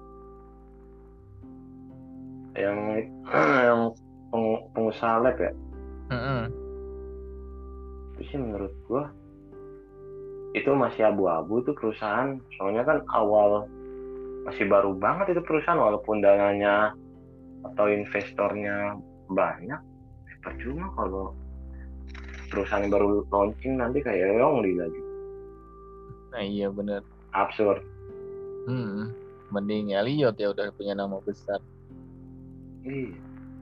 Yang yang pengusaha lab ya? Mm-hmm. Itu sih menurut gua itu masih abu-abu tuh perusahaan. Soalnya kan awal masih baru banget itu perusahaan walaupun dananya atau investornya banyak. Percuma kalau perusahaan yang baru launching nanti kayak Yongli lagi. Nah iya bener. Absurd. Hmm, mending Elliot ya udah punya nama besar. Iya.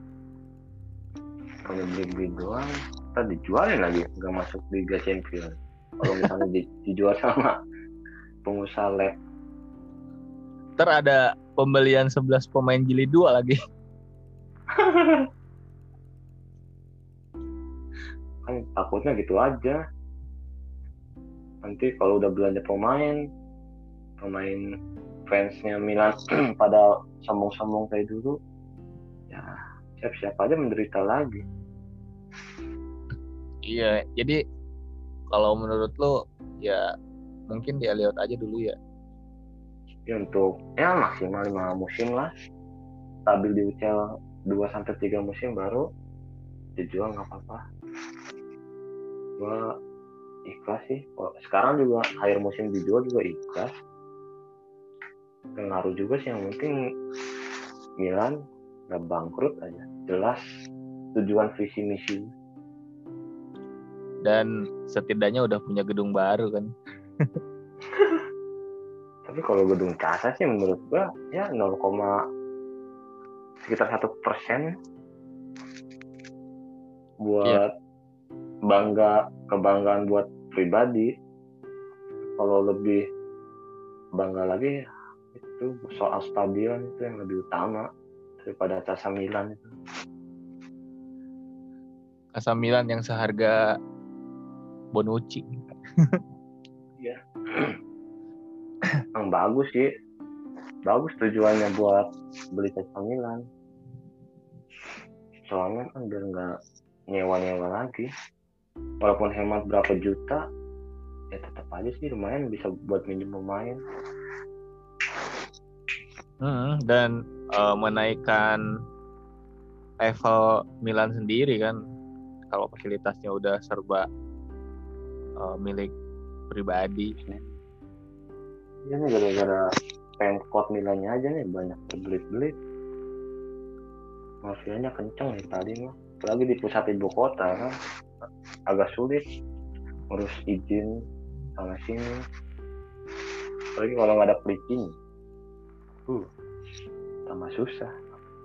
Kalau beli-beli doang, kita dijualin lagi, nggak masuk Liga Champions. Kalau misalnya di, dijual sama pengusaha lab. Ntar ada pembelian sebelas pemain jilid dua lagi. Kan takutnya gitu aja. Nanti kalau udah belanja pemain, pemain fansnya Milan pada sombong-sombong kayak dulu, ya siap-siap aja menderita lagi. Iya, jadi kalau menurut lo ya mungkin di Elliot aja dulu ya. Ya untuk ya maksimal lima musim lah, stabil di U C L dua sampai tiga musim baru dijual nggak apa-apa. Gua ikhlas sih. Oh, sekarang juga akhir musim dijual juga ikhlas. Nggak ngaruh juga sih, yang penting Milan nggak bangkrut aja. Jelas tujuan visi misi. Dan setidaknya udah punya gedung baru kan. Tapi kalau gedung casa sih menurut gua ya nol, sekitar satu persen buat yeah. bangga, kebanggaan buat pribadi. Kalau lebih bangga lagi itu soal stadion, itu yang lebih utama daripada casa Milan itu. Casa Milan yang seharga Bonucci. Iya. Yang bagus sih, bagus tujuannya buat beli casa Milan. Soalnya kan biar nggak nyewa-nyewa lagi. Walaupun hemat berapa juta, ya tetap aja sih lumayan bisa buat minjem pemain. Hmm, dan uh, menaikkan level Milan sendiri kan, kalau fasilitasnya udah serba uh, milik pribadi. Iya nih gara-gara pemkot Milannya aja nih banyak berbelit-belit. Mafianya kenceng nih tadi mah. Apalagi di pusat ibu kota kan agak sulit ngurus izin sana sini. Apalagi kalau nggak ada perizinan, uh, tambah susah.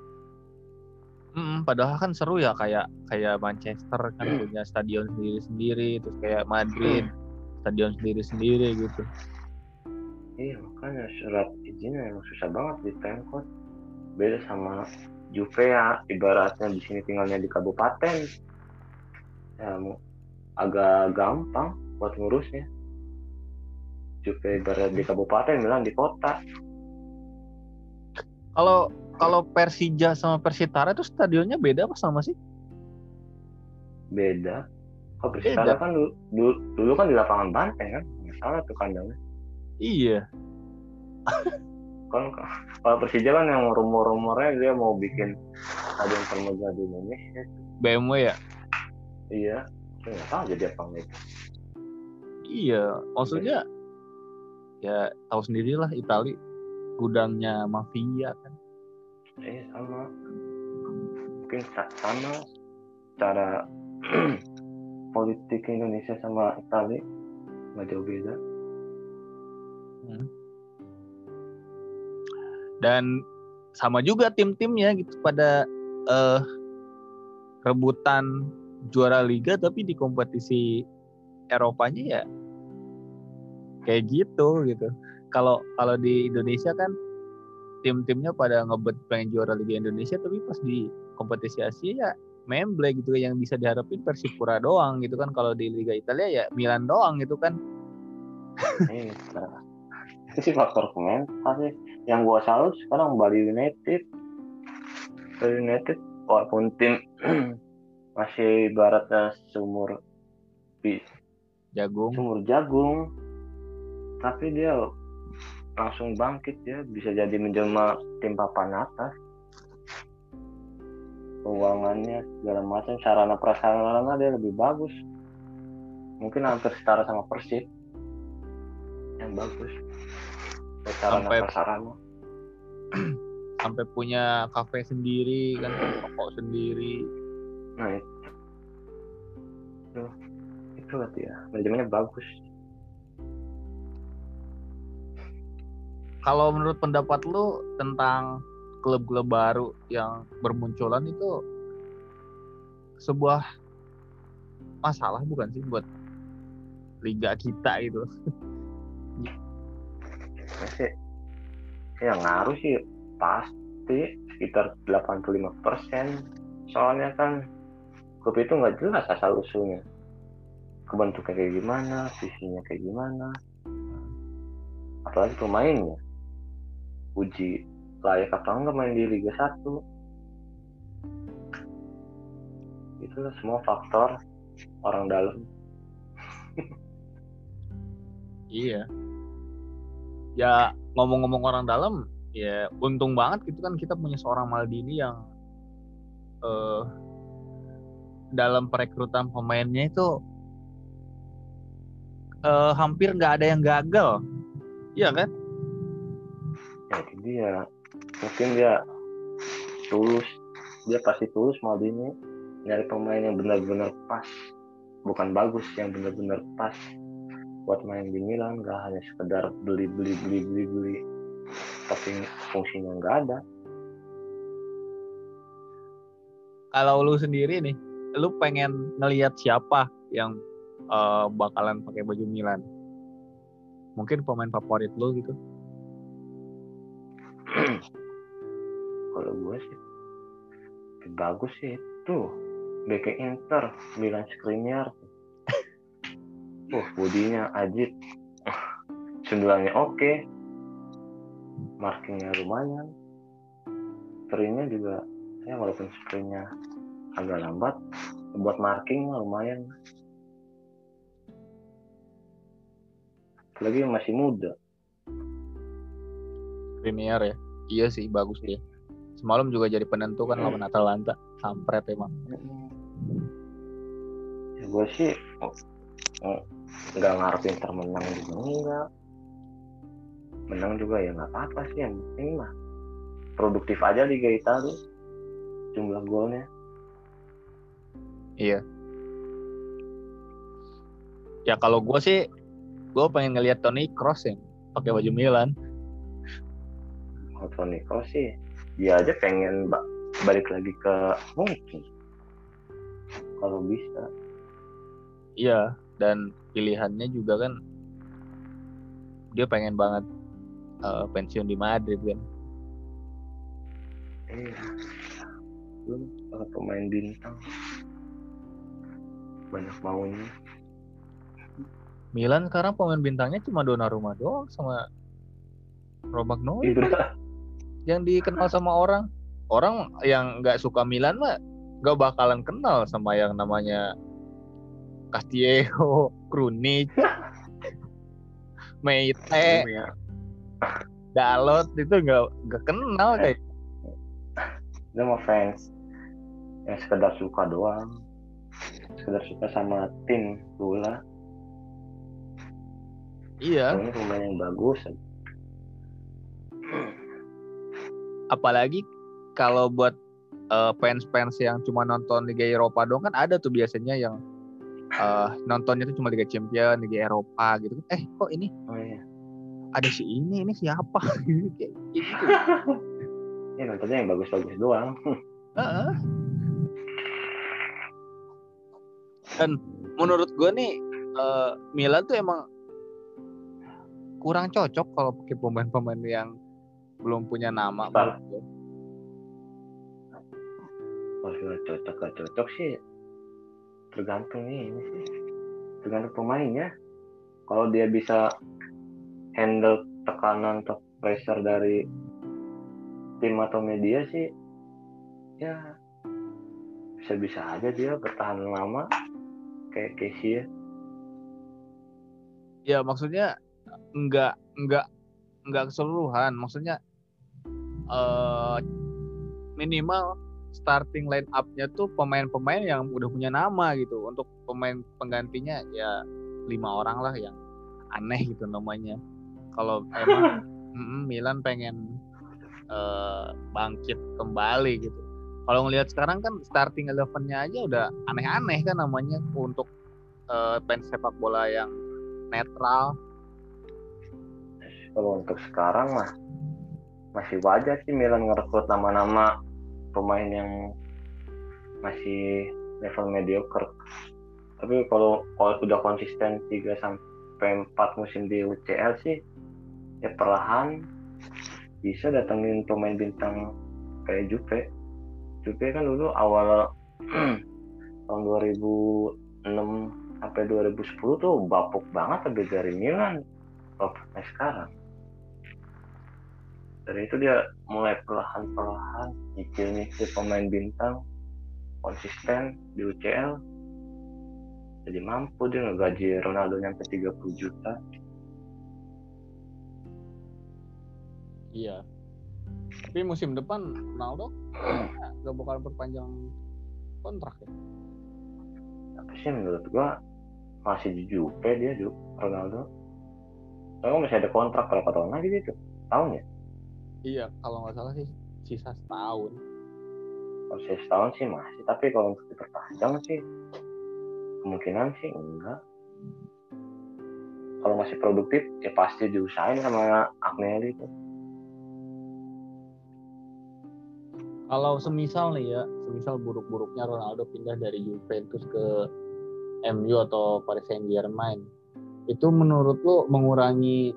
Hmm, padahal kan seru ya, kayak kayak Manchester kan punya stadion sendiri-sendiri, terus kayak Madrid stadion sendiri-sendiri gitu. Iya makanya surat izinnya emang susah banget di pemkot. Beda sama Juve ya, ibaratnya di sini tinggalnya di kabupaten, ya agak gampang buat ngurusnya. Juve ibarat di kabupaten, Milan di kota. Kalau kalau Persija sama Persitara itu stadionnya beda apa sama sih? Beda. Kalau Persitara kan dulu, dulu, dulu kan di lapangan Banteng kan, nggak salah tuh kandangnya. Iya. Kan kalau Persija kan yang rumor-rumornya dia mau bikin stadion termegah di Indonesia. B M W ya? Iya, saya nggak tahu jadi apa enggak. Iya, maksudnya ya tahu sendirilah Itali gudangnya mafia kan. Eh sama, mungkin sama cara politik Indonesia sama Itali nggak jauh beda. Hmm. Dan sama juga tim-timnya gitu pada uh, rebutan juara liga, tapi di kompetisi Eropanya ya kayak gitu gitu. Kalau kalau di Indonesia kan tim-timnya pada ngebet pengen juara Liga Indonesia, tapi pas di kompetisi Asia ya memble gitu, yang bisa diharapin Persipura doang gitu kan. Kalau di Liga Italia ya Milan doang gitu kan. Ini itu sih faktor komentar sih. Yang gua salut sekarang Bali United. Bali United walaupun tim masih ibaratnya sumur jagung, sumur jagung, tapi dia langsung bangkit ya, bisa jadi menjelma tim papan atas. Keuangannya segala macam, sarana prasarana dia lebih bagus. Mungkin hampir setara sama Persib yang bagus. Sarana sampai prasarana. Sampai punya kafe sendiri kan, toko sendiri. Nah itu, itu, itu berarti ya manajemennya bagus. Kalau menurut pendapat lu tentang klub-klub baru yang bermunculan itu sebuah masalah bukan sih buat liga kita gitu? Masih ya ngaruh sih pasti sekitar delapan puluh lima persen. Soalnya kan klub itu nggak jelas asal usulnya, kebentuknya kayak gimana, visinya kayak gimana, apalagi pemainnya uji layak apa enggak main di Liga satu. Itu semua faktor orang dalam. Iya. Ya ngomong-ngomong orang dalam, ya untung banget gitu kan kita punya seorang Maldini yang uh, dalam perekrutan pemainnya itu uh, hampir nggak ada yang gagal, iya kan? Ya itu dia, mungkin dia tulus, dia pasti tulus Maldini nyari pemain yang benar-benar pas, bukan bagus, yang benar-benar pas buat main di Milan, nggak hanya sekedar beli beli beli beli beli tapi fungsinya nggak ada. Kalau lu sendiri nih, lu pengen ngelihat siapa yang uh, bakalan pakai baju Milan? Mungkin pemain favorit lu gitu? Kalau gue sih bagus sih tuh bek Inter Milan Skriniar. Uh, bodinya ajib, sundulannya oke, markingnya lumayan, sprintnya juga ya walaupun sprintnya agak lambat, buat marking lumayan. Apalagi masih muda. Skriniar ya, iya sih bagus dia. Semalam juga jadi penentu kan lawan Atalanta, kampret emang. Ya gue sih oh, oh, nggak ngarepin Inter menang juga enggak, menang juga ya nggak apa-apa sih, yang penting mah produktif aja Liga Italia jumlah golnya. Iya. Ya kalau gue sih, gue pengen ngelihat Toni Kroos yang pakai baju Milan. Oh, Toni Kroos sih, dia aja pengen ba- balik lagi ke mungkin kalau bisa. Iya, dan pilihannya juga kan dia pengen banget uh, pensiun di Madrid kan. Iya, belum para pemain bintang banyak maunya. Milan sekarang pemain bintangnya cuma Donnarumma doang sama Romagnoli kan, yang dikenal sama orang. Orang yang nggak suka Milan mah nggak bakalan kenal sama yang namanya Castillejo, Krunic, Meite, Ya. Dalot itu nggak nggak kenal kayak. Dia mau fans yang sekedar suka doang, sekedar suka sama tim bola. Iya. Ini pemain yang bagus. Apalagi kalau buat uh, fans-fans yang cuma nonton Liga Eropa doang kan ada tuh biasanya yang uh, nontonnya tuh cuma Liga Champions, Liga Eropa gitu. Eh kok ini? Oh iya. Ada si ini, ini siapa? Kayak gitu. Ini nontonnya yang bagus-bagus doang. Uh-uh. Dan menurut gue nih uh, Milan tuh emang kurang cocok kalau pakai pemain-pemain yang belum punya nama. Kalau cocok gak cocok sih tergantung nih ini sih, tergantung pemainnya. Kalau dia bisa handle tekanan atau pressure dari tim atau media sih, ya bisa-bisa aja dia bertahan lama kayak Casey ya. Ya maksudnya enggak enggak enggak keseluruhan, maksudnya uh, minimal starting line up-nya tuh pemain-pemain yang udah punya nama gitu. Untuk pemain penggantinya ya lima orang lah yang aneh gitu namanya. Kalau emang Milan pengen uh, bangkit kembali gitu. Kalau ngelihat sekarang kan starting eleven-nya aja udah aneh-aneh kan namanya untuk uh, fans sepak bola yang netral. Kalau untuk sekarang mah masih wajar sih Milan ngerekrut nama-nama pemain yang masih level mediocre. Tapi kalau kalau udah konsisten tiga sampai empat musim di U C L sih ya perlahan bisa datengin pemain bintang kayak Juve. Juve kan dulu awal tahun dua ribu enam sampai dua ribu sepuluh tuh bapuk banget habis dari Milan sampai sekarang. Dari itu dia mulai perlahan-perlahan nyicil-nyicil pemain bintang, konsisten di U C L, jadi mampu dia ngegaji Ronaldo nyampe tiga puluh juta. Iya. Tapi musim depan Ronaldo nggak bakal perpanjang kontrak ya? Tapi sih menurut gua masih di Juve dia juga Ronaldo. Soalnya masih ada kontrak berapa tahun lagi gitu? Tahun ya? Iya, kalau nggak salah sih sisa setahun. Kalau saya setahun sih masih, tapi kalau untuk diperpanjang sih kemungkinan sih enggak. Kalau masih produktif ya pasti diusahain sama Agnelli tuh. Kalau semisal nih ya, semisal buruk-buruknya Ronaldo pindah dari Juventus ke M U atau Paris Saint-Germain, itu menurut lo mengurangi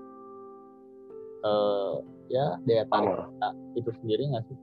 uh, ya daya tarik kita itu sendiri nggak sih?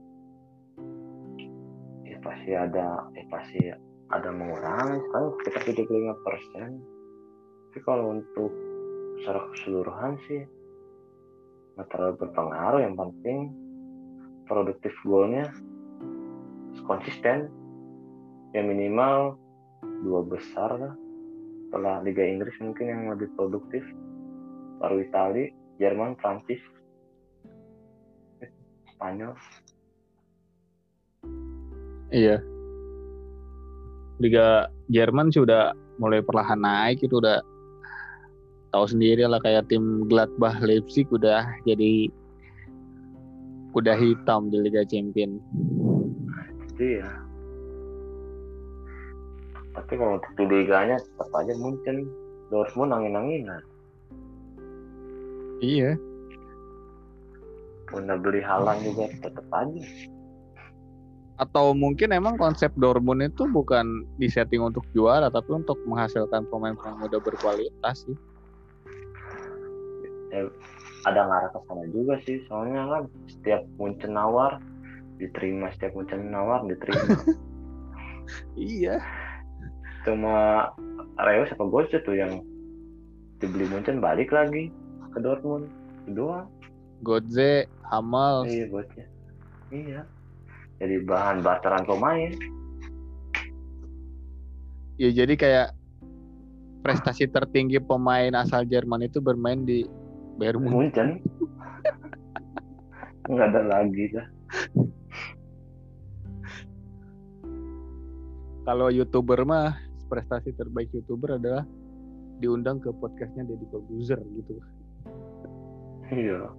Ya pasti ada, ya pasti ada mengurangi. Sekarang kita tujuh puluh lima persen. Tapi kalau untuk secara keseluruhan sih nggak terlalu berpengaruh. Yang penting produktif golnya konsisten, ya minimal dua besar lah. Setelah Liga Inggris mungkin yang lebih produktif baru Italia, Jerman, Prancis, Spanyol. Iya, Liga Jerman sih udah mulai perlahan naik, itu udah tahu sendiri lah, kayak tim Gladbach Leipzig udah jadi kuda hitam di Liga Champions. Iya. Tapi kalau untuk di liganya tetap aja mungkin Dortmund angin-anginan. Iya. Udah beli Haaland juga tetap aja. Atau mungkin emang konsep Dortmund itu bukan disetting untuk juara, tapi untuk menghasilkan pemain-pemain muda berkualitas sih. Ya, ada ngarah ke sana juga sih, soalnya kan setiap Munchen nawar diterima, setiap Munchen nawar diterima. Iya. Cuma Reus apa Götze tuh yang dibeli Munchen balik lagi ke Dortmund kedua. Götze, Hummels. Iya Götze. Iya. Jadi bahan barteran pemain. Ya jadi kayak prestasi tertinggi pemain asal Jerman itu bermain di Bayern Munchen. Nggak ada lagi lah. Kalau YouTuber mah prestasi terbaik YouTuber adalah diundang ke podcastnya Deddy Corbuzier gitu. Iya.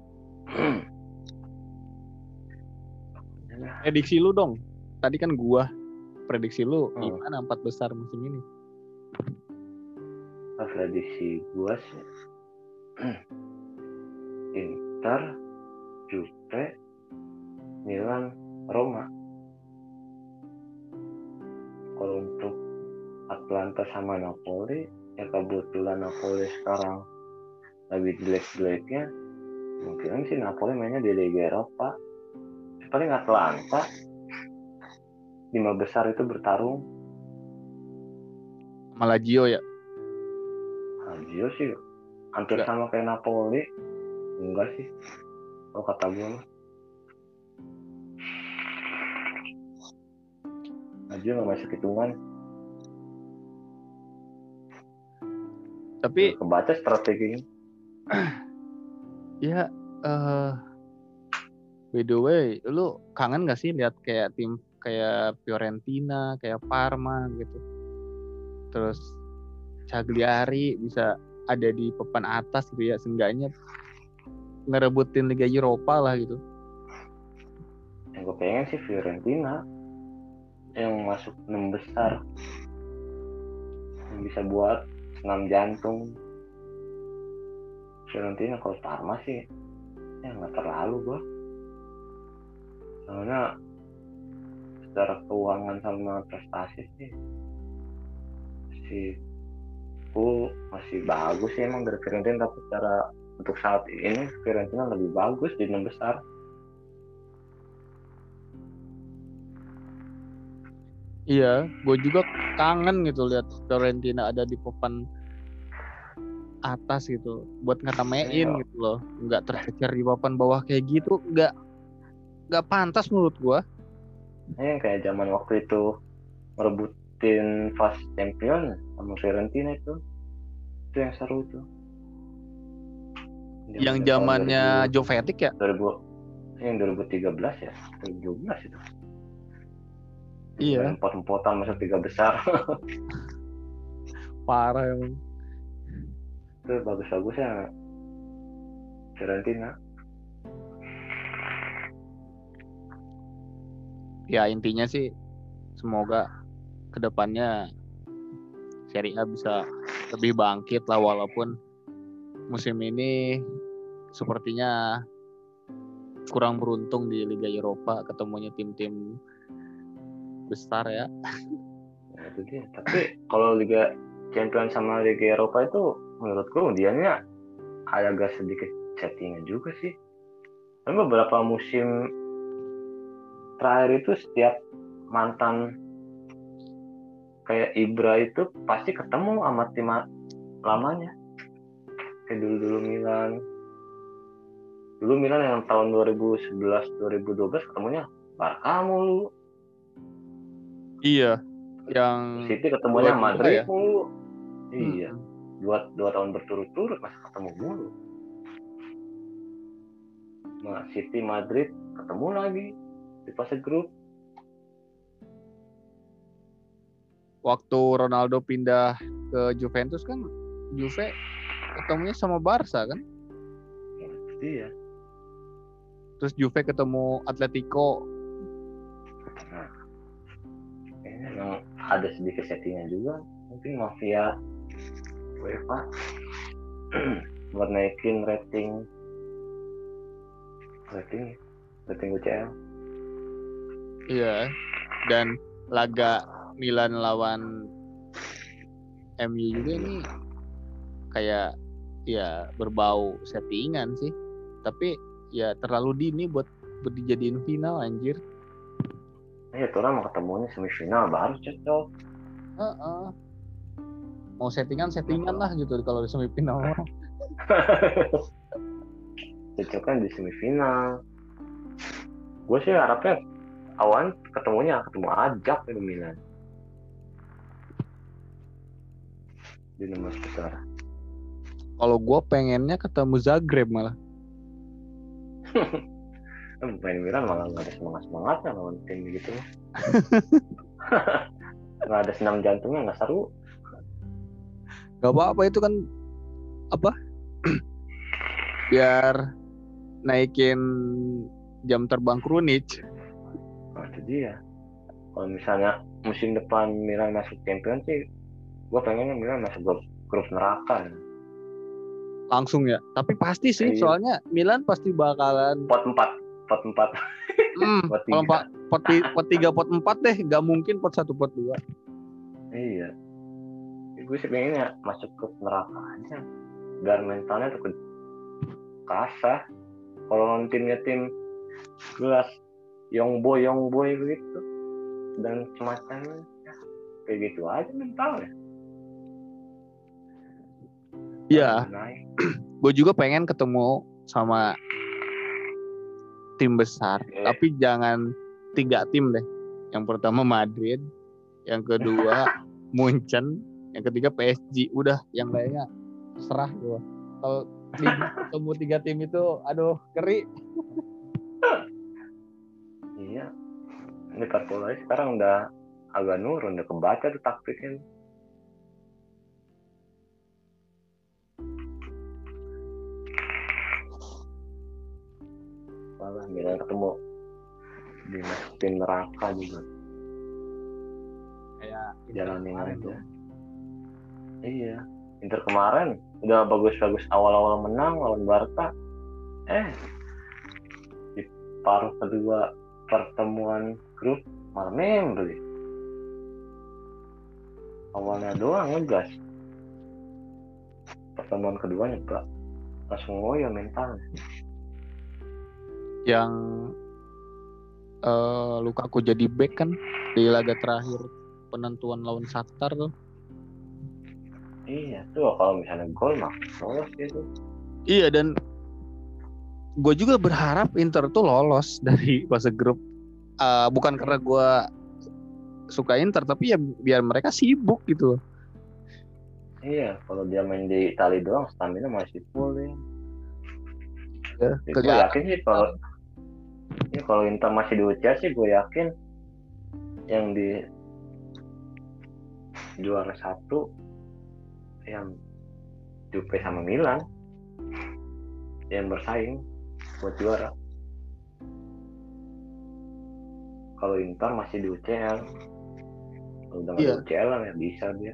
Prediksi lu dong. Tadi kan gua. Prediksi lu hmm. gimana empat besar musim ini? Prediksi gua sih Inter, Juve, Milan, Roma. Kalau untuk Atlanta sama Napoli, ya kebetulan Napoli sekarang lebih jelek-jeleknya, mungkin sih Napoli mainnya di Liga Eropa. Paling Atlanta lima besar itu bertarung. Sama Lazio ya? Lazio sih hampir Enggak. sama kayak Napoli. Enggak sih, kalau kata gue mah. Lazio nggak masuk hitungan. Tapi kebaca strateginya. Ya, uh, by the way, lu kangen gak sih lihat kayak tim kayak Fiorentina, kayak Parma gitu, terus Cagliari bisa ada di papan atas gitu ya, seenggaknya ngerebutin Liga Eropa lah gitu. Yang gue pengen sih Fiorentina yang masuk enam besar, yang bisa buat senam jantung. Fiorentina. Kalau Parma sih ya nggak terlalu gua, soalnya secara keuangan sama prestasi sih si ku masih bagus sih emang dari Fiorentina, tapi secara untuk saat ini Fiorentina lebih bagus di enam besar. Iya, gue juga kangen gitu lihat Fiorentina ada di papan atas gitu, buat ngeramein Iya. gitu loh, nggak tercecer di papan bawah kayak gitu, nggak nggak pantas menurut gue. Ini kayak zaman waktu itu merebutin fast champion sama Fiorentina itu, itu yang seru tuh. Yang zamannya Jovetic ya? dua ribu yang dua ribu tiga belas ya, dua ribu dua belas itu. Iya. Empot-empotan masuk tiga besar. Parah emang. Itu bagus-bagusnya Fiorentina. Ya intinya sih semoga kedepannya Serie A bisa lebih bangkit lah, walaupun musim ini sepertinya kurang beruntung di Liga Eropa ketemunya tim-tim besar ya. Nah, itu dia. Tapi kalau Liga Champions sama Liga Eropa itu menurutku dianya agak sedikit settingan juga sih. Tapi beberapa musim terakhir itu setiap mantan kayak Ibra itu pasti ketemu sama tim lamanya. Kayak dulu-dulu Milan. Dulu Milan yang tahun dua ribu sebelas dua ribu dua belas ketemunya Barca mulu. Iya, yang City ketemunya Madrid ya? mulu. Hmm. Iya. Dua, dua tahun berturut-turut masih ketemu mulu. Nah, City Madrid ketemu lagi di fase grup. Waktu Ronaldo pindah ke Juventus kan Juve ketemunya sama Barca kan? Iya. Terus Juve ketemu Atletico. Nah, kayaknya memang ada sedikit settingan juga. Mungkin mafia UEFA buat naikin rating rating rating U C L. Iya. Dan laga Milan lawan M U juga ini kayak ya berbau settingan sih. Tapi ya terlalu dini buat buat dijadiin final anjir. Iya, tuh orang mau ketemunya semifinal baru cocok. Uh-uh. Mau settingan settingan lah gitu kalau di semifinal. Cocok kan di semifinal. Gue sih harapnya awan ketemunya ketemu Ajak di Milan. Di nomor besar. Kalau gue pengennya ketemu Zagreb malah. Main Milan malah nggak ada semangat semangatnya lawan tim gitu. Nggak ada senam jantungnya, nggak seru. Gak apa-apa itu kan apa? Biar naikin jam terbang Krunic. Nah, itu dia. Kalau misalnya musim depan Milan masuk Champions sih, gue pengennya Milan masuk grup, grup neraka. Langsung ya. Tapi pasti sih, Iya. soalnya Milan pasti bakalan Pot empat, pot empat. Hmm, pot kalau tiga. pot, pot tiga, pot empat deh, gak mungkin pot satu, pot dua. Iya. Gue sih pengennya masuk grup neraka aja. Biar mentalnya tuh ke kasah. Kalau timnya tim gelas young boy young boy begitu dan semacamnya ya, kayak gitu aja mentalnya. Iya. Gue juga pengen ketemu sama tim besar, yeah. Tapi jangan tiga tim deh. Yang pertama Madrid, yang kedua Munchen, yang ketiga P S G. Udah, yang lainnya serah gue. Kalau ketemu tiga tim itu, aduh, keri. Iya. Liverpool aja sekarang udah agak nurun, udah kebaca tuh taktiknya. Malah Milan ketemu dimasukin neraka juga. Kayak jalanin aja. Iya. Inter kemarin udah bagus-bagus awal-awal menang lawan Barca. Eh di paruh kedua pertemuan grup malah membeli. Awalnya doang ngegas. Pertemuan keduanya Pak langsung ngoyo mental. Yang uh, Lukaku jadi back kan di laga terakhir penentuan lawan Shakhtar tuh. Iya tuh kalau misalnya gol mah lolos gitu. Iya, dan gue juga berharap Inter tuh lolos dari fase grup. Uh, bukan karena gue suka Inter, tapi ya biar mereka sibuk gitu. Iya, kalau dia main di Itali doang, stamina masih full ya. Ya, Gue yakin sih kalau ya kalau Inter masih di U C L sih gue yakin yang di juara satu yang Juve sama Milan yang bersaing buat juara. Kalau Inter masih di U C L, kalau udah nggak iya. di U C L ya bisa dia.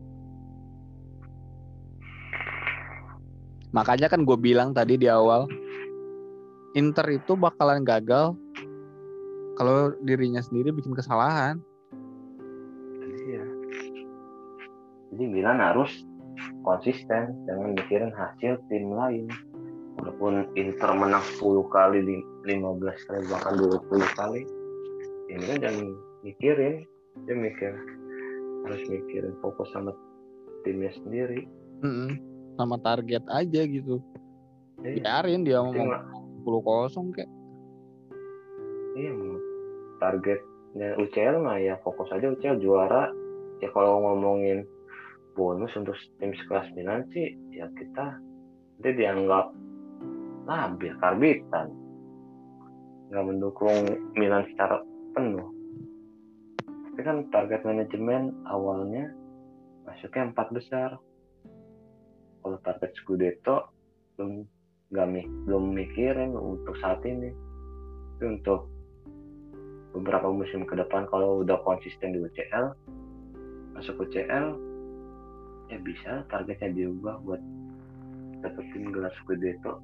Makanya kan gue bilang tadi di awal, Inter itu bakalan gagal kalau dirinya sendiri bikin kesalahan. Iya. Jadi Milan harus konsisten dengan mikirin hasil tim lain. Walaupun Inter menang sepuluh kali, lima belas kali, bahkan dua puluh kali, ini kan jangan mikirin, dia mikir harus mikirin fokus sama timnya sendiri. Mm-mm. Sama target aja gitu. Iya. Biarin dia ngomong sepuluh kosong kayak. Iya, targetnya U C L mah ya fokus aja U C L juara. Ya kalau ngomongin bonus untuk tim sekelas Milan sih, ya kita dia dianggap labil, karbitan, nggak mendukung Milan secara penuh. Tapi kan target manajemen awalnya masuknya empat besar. Kalau target Scudetto belum nggak belum mikirin untuk saat ini. Tapi untuk beberapa musim ke depan kalau udah konsisten di U C L, masuk U C L, ya bisa targetnya diubah buat dapetin gelar Scudetto.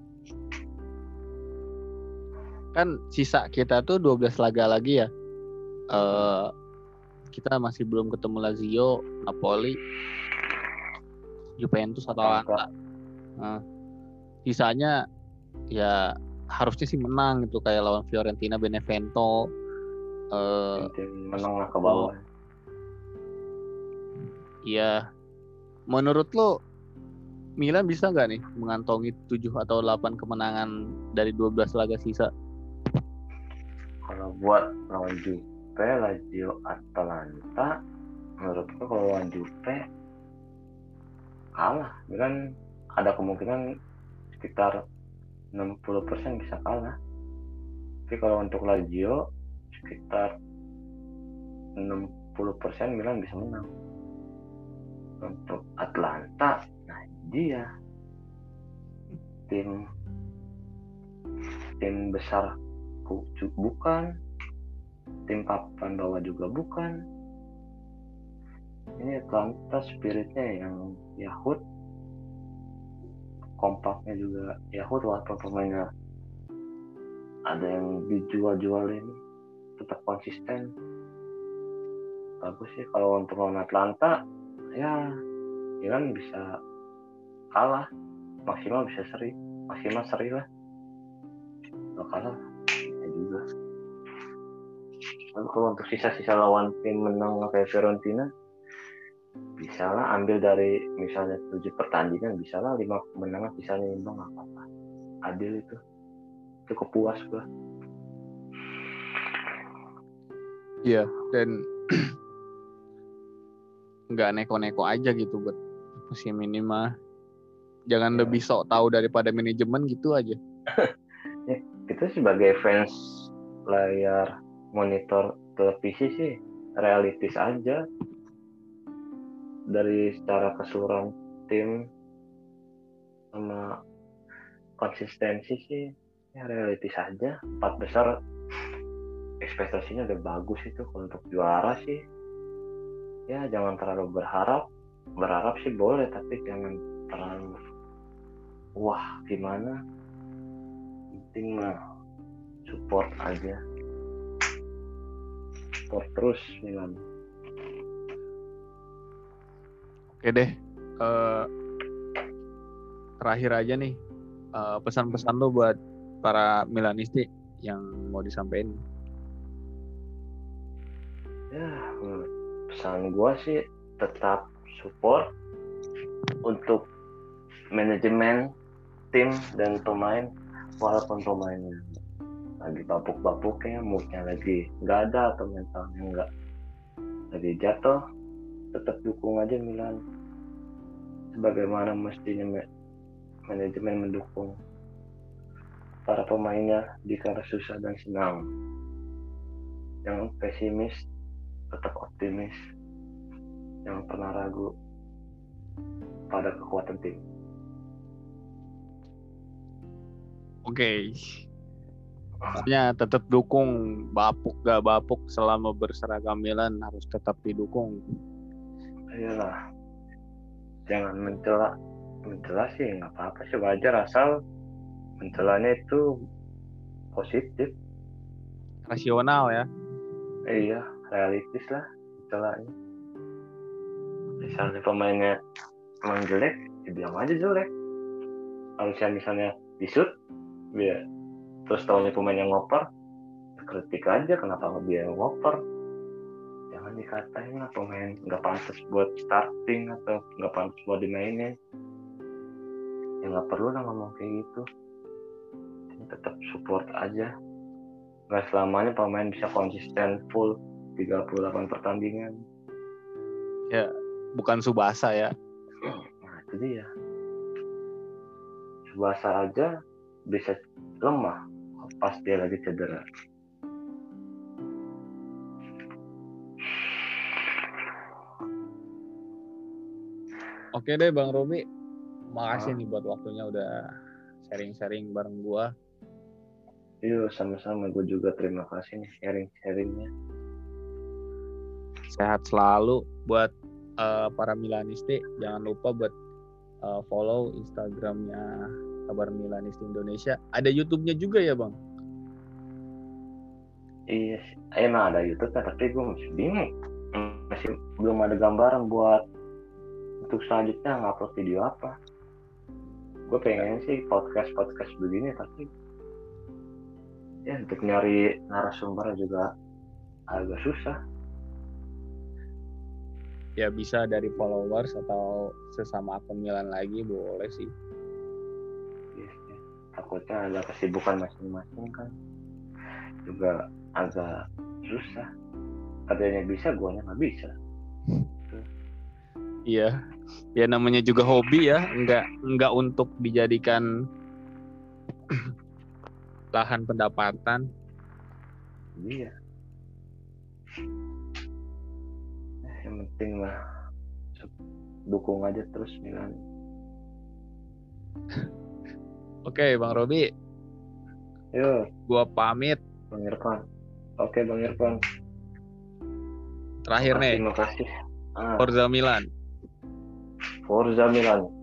Kan sisa kita tuh dua belas laga lagi ya. Uh, kita masih belum ketemu Lazio, Napoli, Juventus atau Atalanta. Nah, sisanya ya harusnya sih menang gitu, kayak lawan Fiorentina, Benevento, uh, menang ke bawah. Iya. Menurut lo Milan bisa nggak nih mengantongi tujuh atau delapan kemenangan dari dua belas laga sisa? Kalau buat lawan Juve, Lazio, Atalanta, menurutku kalau lawan Juve kalah. Milan ada kemungkinan sekitar enam puluh persen bisa kalah. Tapi kalau untuk Lazio sekitar enam puluh persen Milan bisa menang. Untuk Atalanta, nah dia tim tim besar bukan, tim papan bawah juga bukan. Ini Atalanta spiritnya yang Yahud, kompaknya juga Yahud, walaupun pemainnya ada yang dijual-jualin tetap konsisten. Bagus sih kalau untuk lawan Atalanta, ya Milan bisa kalah, maksimal bisa seri, maksimal seri lah. Kalau kalah ya juga. Lalu kalau untuk sisa-sisa lawan tim menang kayak Fiorentina, bisa lah ambil dari misalnya tujuh pertandingan, bisa lah lima kemenangan, sisanya imbang, nggak apa-apa. Adil itu, cukup puas gua. Iya, dan nggak neko-neko aja gitu buat musim ini mah. Jangan ya. Lebih sok tahu daripada manajemen gitu aja. Ya, kita sebagai fans layar monitor televisi sih realistis aja. Dari secara keseluruhan tim sama konsistensi sih ya realistis aja. Empat besar ekspektasinya udah bagus itu. Kalau untuk juara sih ya jangan terlalu berharap. Berharap sih boleh, tapi jangan terlalu wah gimana. Penting mah support aja, support terus Milan. Oke deh, uh, terakhir aja nih uh, pesan-pesan lo buat para Milanisti yang mau disampaikan? Ya, pesan gue sih tetap support untuk manajemen tim dan pemain, walaupun pemainnya lagi babuk-babuknya, moodnya lagi nggak ada atau mentalnya nggak lagi jatuh, tetap dukung aja Milan sebagaimana mestinya manajemen mendukung para pemainnya di kala susah dan senang. Jangan pesimis, tetap optimis, jangan pernah ragu pada kekuatan tim. Oke, okay. Makanya tetap dukung, bapuk gak bapuk selama berseragam Milan harus tetap didukung. Iyalah, jangan mencela, mencela sih nggak apa-apa sih, wajar asal mencelanya itu positif, rasional ya. Iya, realistis lah mencelanya. Misalnya pemainnya emang jelek, dibilang aja jelek. Harusnya misalnya di-shoot, ya terus tahunya pemain yang ngoper, kritik aja kenapa dia yang ngoper. Jangan dikatain lah pemain nggak pantas buat starting atau nggak pantas buat dimainin. Ya nggak perlu lah ngomong kayak gitu. Tetap support aja. Nggak selamanya pemain bisa konsisten full tiga puluh delapan pertandingan. Ya, bukan Tsubasa ya. Nah itu dia. Tsubasa aja bisa lemah pas dia lagi cedera. Oke deh Bang Robi, makasih ah. nih buat waktunya udah sharing-sharing bareng gua. Iya sama-sama, gue juga terima kasih nih sharing-sharingnya. Sehat selalu buat uh, para Milanisti. Jangan lupa buat uh, follow Instagramnya Kabar Milanisti Indonesia. Ada YouTube-nya juga ya Bang? Iya, emang ada YouTube tapi gue masih bingung, masih belum ada gambaran buat untuk selanjutnya ngupload video apa. Gue pengen sih podcast podcast begini, tapi ya untuk nyari narasumber juga agak susah. Ya bisa dari followers atau sesama akun Milan lagi boleh sih. Yes, ya. Takutnya ada kesibukan masing-masing kan, juga agak susah. Katanya bisa, guanya nggak bisa. Iya, ya namanya juga hobi ya, nggak nggak untuk dijadikan lahan pendapatan. Iya. Yang penting mah dukung aja terus Milan. Oke Bang Robi. Yo. Gua pamit. Bang Irfan. Oke Bang Irfan. Terakhir makasih, nih. Makasih. Ah. Forza Milan. Forza Milan.